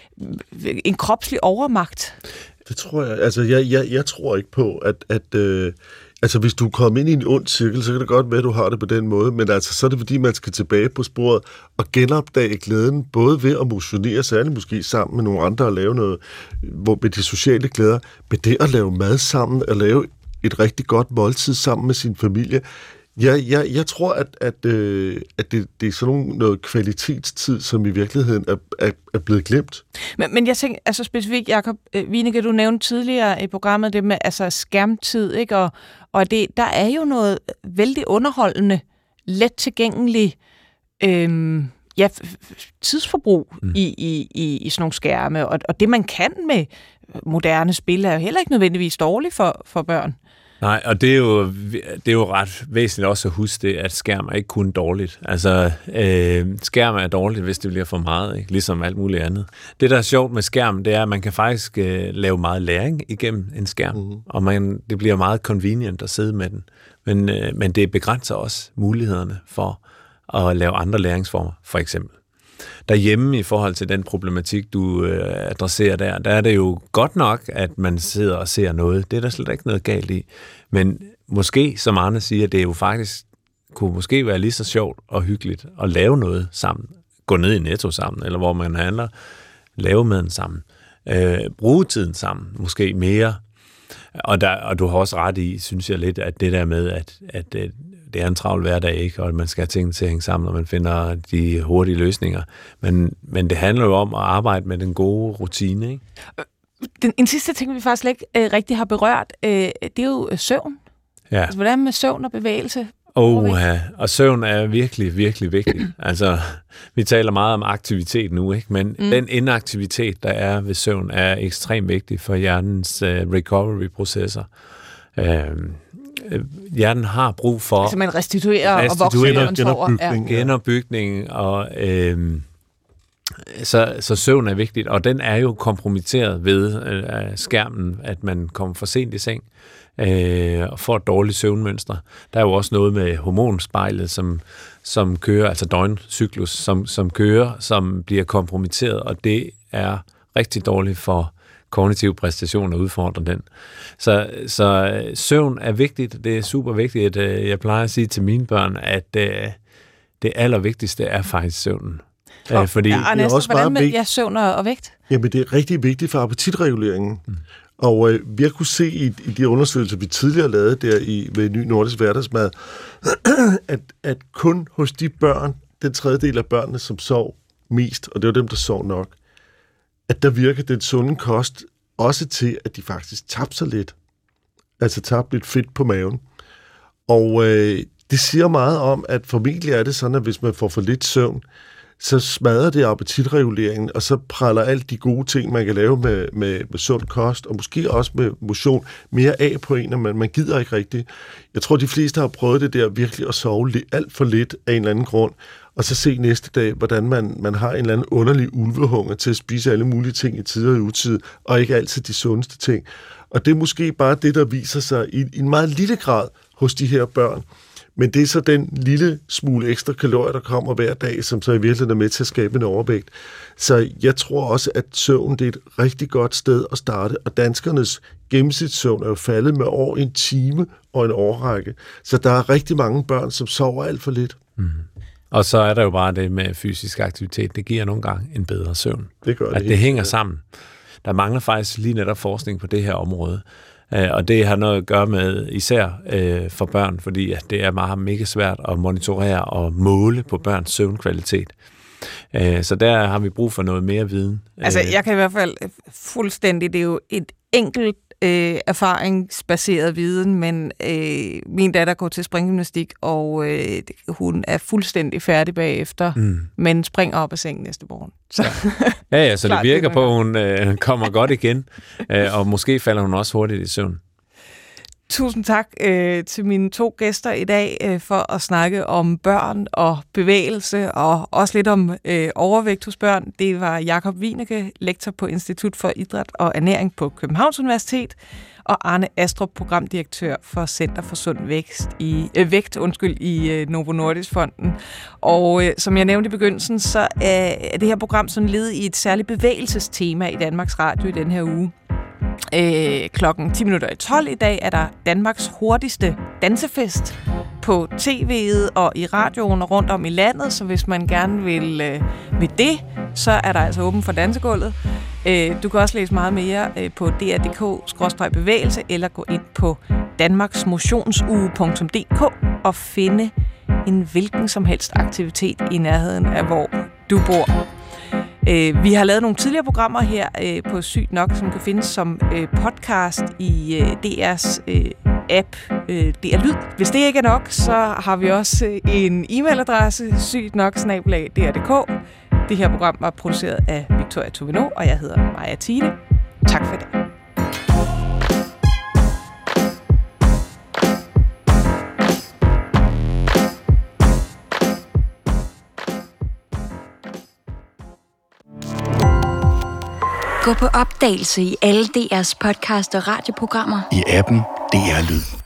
en kropslig overmagt? Det tror jeg. Altså, jeg, jeg, jeg tror ikke på, at... at øh Altså, hvis du kommer ind i en ond cirkel, så kan det godt være, at du har det på den måde, men altså, så er det fordi, man skal tilbage på sporet og genopdage glæden, både ved at motionere, særligt måske sammen med nogle andre og lave noget, hvor med de sociale glæder, men det at lave mad sammen, at lave et rigtig godt måltid sammen med sin familie. Jeg, jeg, jeg tror, at, at, øh, at det, det er sådan nogle, noget kvalitetstid, som i virkeligheden er, er, er blevet glemt. Men, men jeg tænker, altså specifikt, Jacob Wieneke, du nævnte tidligere i programmet det med altså skærmtid, ikke? Og, og det, der er jo noget vældig underholdende, let tilgængeligt øhm, ja, tidsforbrug mm. i, i, i, i sådan nogle skærme. Og, og det, man kan med moderne spil, er jo heller ikke nødvendigvis dårligt for, for børn. Nej, og det er, jo, det er jo ret væsentligt også at huske det, at skærm er ikke kun dårligt. Altså, øh, skærm er dårligt, hvis det bliver for meget, ikke? Ligesom alt muligt andet. Det, der er sjovt med skærm, det er, at man kan faktisk øh, lave meget læring igennem en skærm, mm-hmm. og man, det bliver meget convenient at sidde med den. Men, øh, men det begrænser også mulighederne for at lave andre læringsformer, for eksempel. Derhjemme i forhold til den problematik, du øh, adresserer der, der er det jo godt nok, at man sidder og ser noget. Det er der slet ikke noget galt i. Men måske, som Arne siger, det er jo faktisk, kunne måske være lige så sjovt og hyggeligt at lave noget sammen. Gå ned i Netto sammen, eller hvor man handler, lave maden sammen. Øh, bruge tiden sammen, måske mere. Og, der, og du har også ret i, synes jeg lidt, at det der med, at, at det er en travl hverdag, ikke? Og at man skal have tingene til at hænge sammen, og man finder de hurtige løsninger. Men, men det handler jo om at arbejde med den gode rutine, ikke? Den, en sidste ting, vi faktisk slet ikke øh, rigtig har berørt, øh, det er jo søvn. Ja. Altså, hvordan med søvn og bevægelse? Oh, ja. Og søvn er virkelig, virkelig vigtigt. Altså, vi taler meget om aktivitet nu, ikke? Men mm. den inaktivitet, der er ved søvn, er ekstremt vigtig for hjernens uh, recovery-processer. Uh, hjernen har brug for... Altså, man restituerer og vokser genopbygning. Ja. Genopbygning, og... Uh, så, så søvn er vigtigt, og den er jo kompromitteret ved uh, skærmen, at man kommer for sent i seng øh, og får et dårligt søvnmønster. Der er jo også noget med hormonspejlet, som, som kører, altså døgncyklus, som, som kører, som bliver kompromitteret, og det er rigtig dårligt for kognitiv præstation og udfordrer den. Så, så søvn er vigtigt, det er super vigtigt, at jeg plejer at sige til mine børn, at uh, det allervigtigste er faktisk søvnen. Og, fordi ja, og næste, det er også hvordan med ja, søvn og vægt? Jamen, det er rigtig vigtigt for appetitreguleringen. Mm. Og øh, vi har kunnet se i, i de undersøgelser, vi tidligere lavede der i, ved Ny Nordisk Hverdagsmad, at, at kun hos de børn, den tredjedel af børnene, som sov mest, og det var dem, der sov nok, at der virker den sunde kost også til, at de faktisk tabte sig lidt. Altså tabte lidt fedt på maven. Og øh, det siger meget om, at formentlig er det sådan, at hvis man får for lidt søvn, så smadrer det appetitreguleringen, og så praller alt de gode ting, man kan lave med, med, med sund kost, og måske også med motion, mere af på en, og man, man gider ikke rigtigt. Jeg tror, de fleste har prøvet det der virkelig at sove alt for lidt af en eller anden grund, og så se næste dag, hvordan man, man har en eller anden underlig ulvehunger til at spise alle mulige ting i tider og i utid, og ikke altid de sundeste ting. Og det er måske bare det, der viser sig i, i en meget lille grad hos de her børn. Men det er så den lille smule ekstra kalorier, der kommer hver dag, som så i virkeligheden er med til at skabe en overvægt. Så jeg tror også, at søvn det er et rigtig godt sted at starte, og danskernes gennemsnitssøvn er jo faldet med over en time og en årrække. Så der er rigtig mange børn, som sover alt for lidt. Mm. Og så er der jo bare det med fysisk aktivitet. Det giver nogle gange en bedre søvn. Det gør det. At det hænger sammen. Der mangler faktisk lige netop forskning på det her område. Og det har noget at gøre med især øh, for børn, fordi at det er meget mega svært at monitorere og måle på børns søvnkvalitet. Øh, så der har vi brug for noget mere viden. Altså, jeg kan i hvert fald fuldstændig, det er jo et enkelt øh, erfaringsbaseret viden, men øh, min datter går til springgymnastik, og øh, hun er fuldstændig færdig bagefter, mm. men springer op af sengen næste morgen. Så. Ja, ja, så det virker på, at hun øh, kommer godt igen, øh, og måske falder hun også hurtigt i søvn. Tusind tak øh, til mine to gæster i dag øh, for at snakke om børn og bevægelse, og også lidt om øh, overvægt hos børn. Det var Jakob Wieneke, lektor på Institut for Idræt og Ernæring på Københavns Universitet, og Arne Astrup, programdirektør for Center for Sund Vækst i, øh, Vægt undskyld, i øh, Novo Nordisk-fonden. Og øh, som jeg nævnte i begyndelsen, så øh, er det her program sådan led i et særligt bevægelsestema i Danmarks Radio i den her uge. Øh, klokken ti minutter i tolv i dag er der Danmarks hurtigste dansefest på tv'et og i radioen rundt om i landet, så hvis man gerne vil, øh, vil det, så er der altså åben for dansegulvet. Øh, du kan også læse meget mere øh, på d r punktum d k skråstreg bevægelse eller gå ind på danmarksmotionsuge punktum d k og finde en hvilken som helst aktivitet i nærheden af hvor du bor. Øh, vi har lavet nogle tidligere programmer her øh, på Sygt Nok, som kan findes som øh, podcast i øh, D R's øh, app, øh, D R Lyd. Hvis det ikke er nok, så har vi også øh, en e-mailadresse, sygtnok snabel-a d r punktum d k. Det her program var produceret af Victoria Tovino, og jeg hedder Maja Thiele. Tak for det. Gå på opdagelse i alle D R's podcast og radioprogrammer. I appen D R Lyd.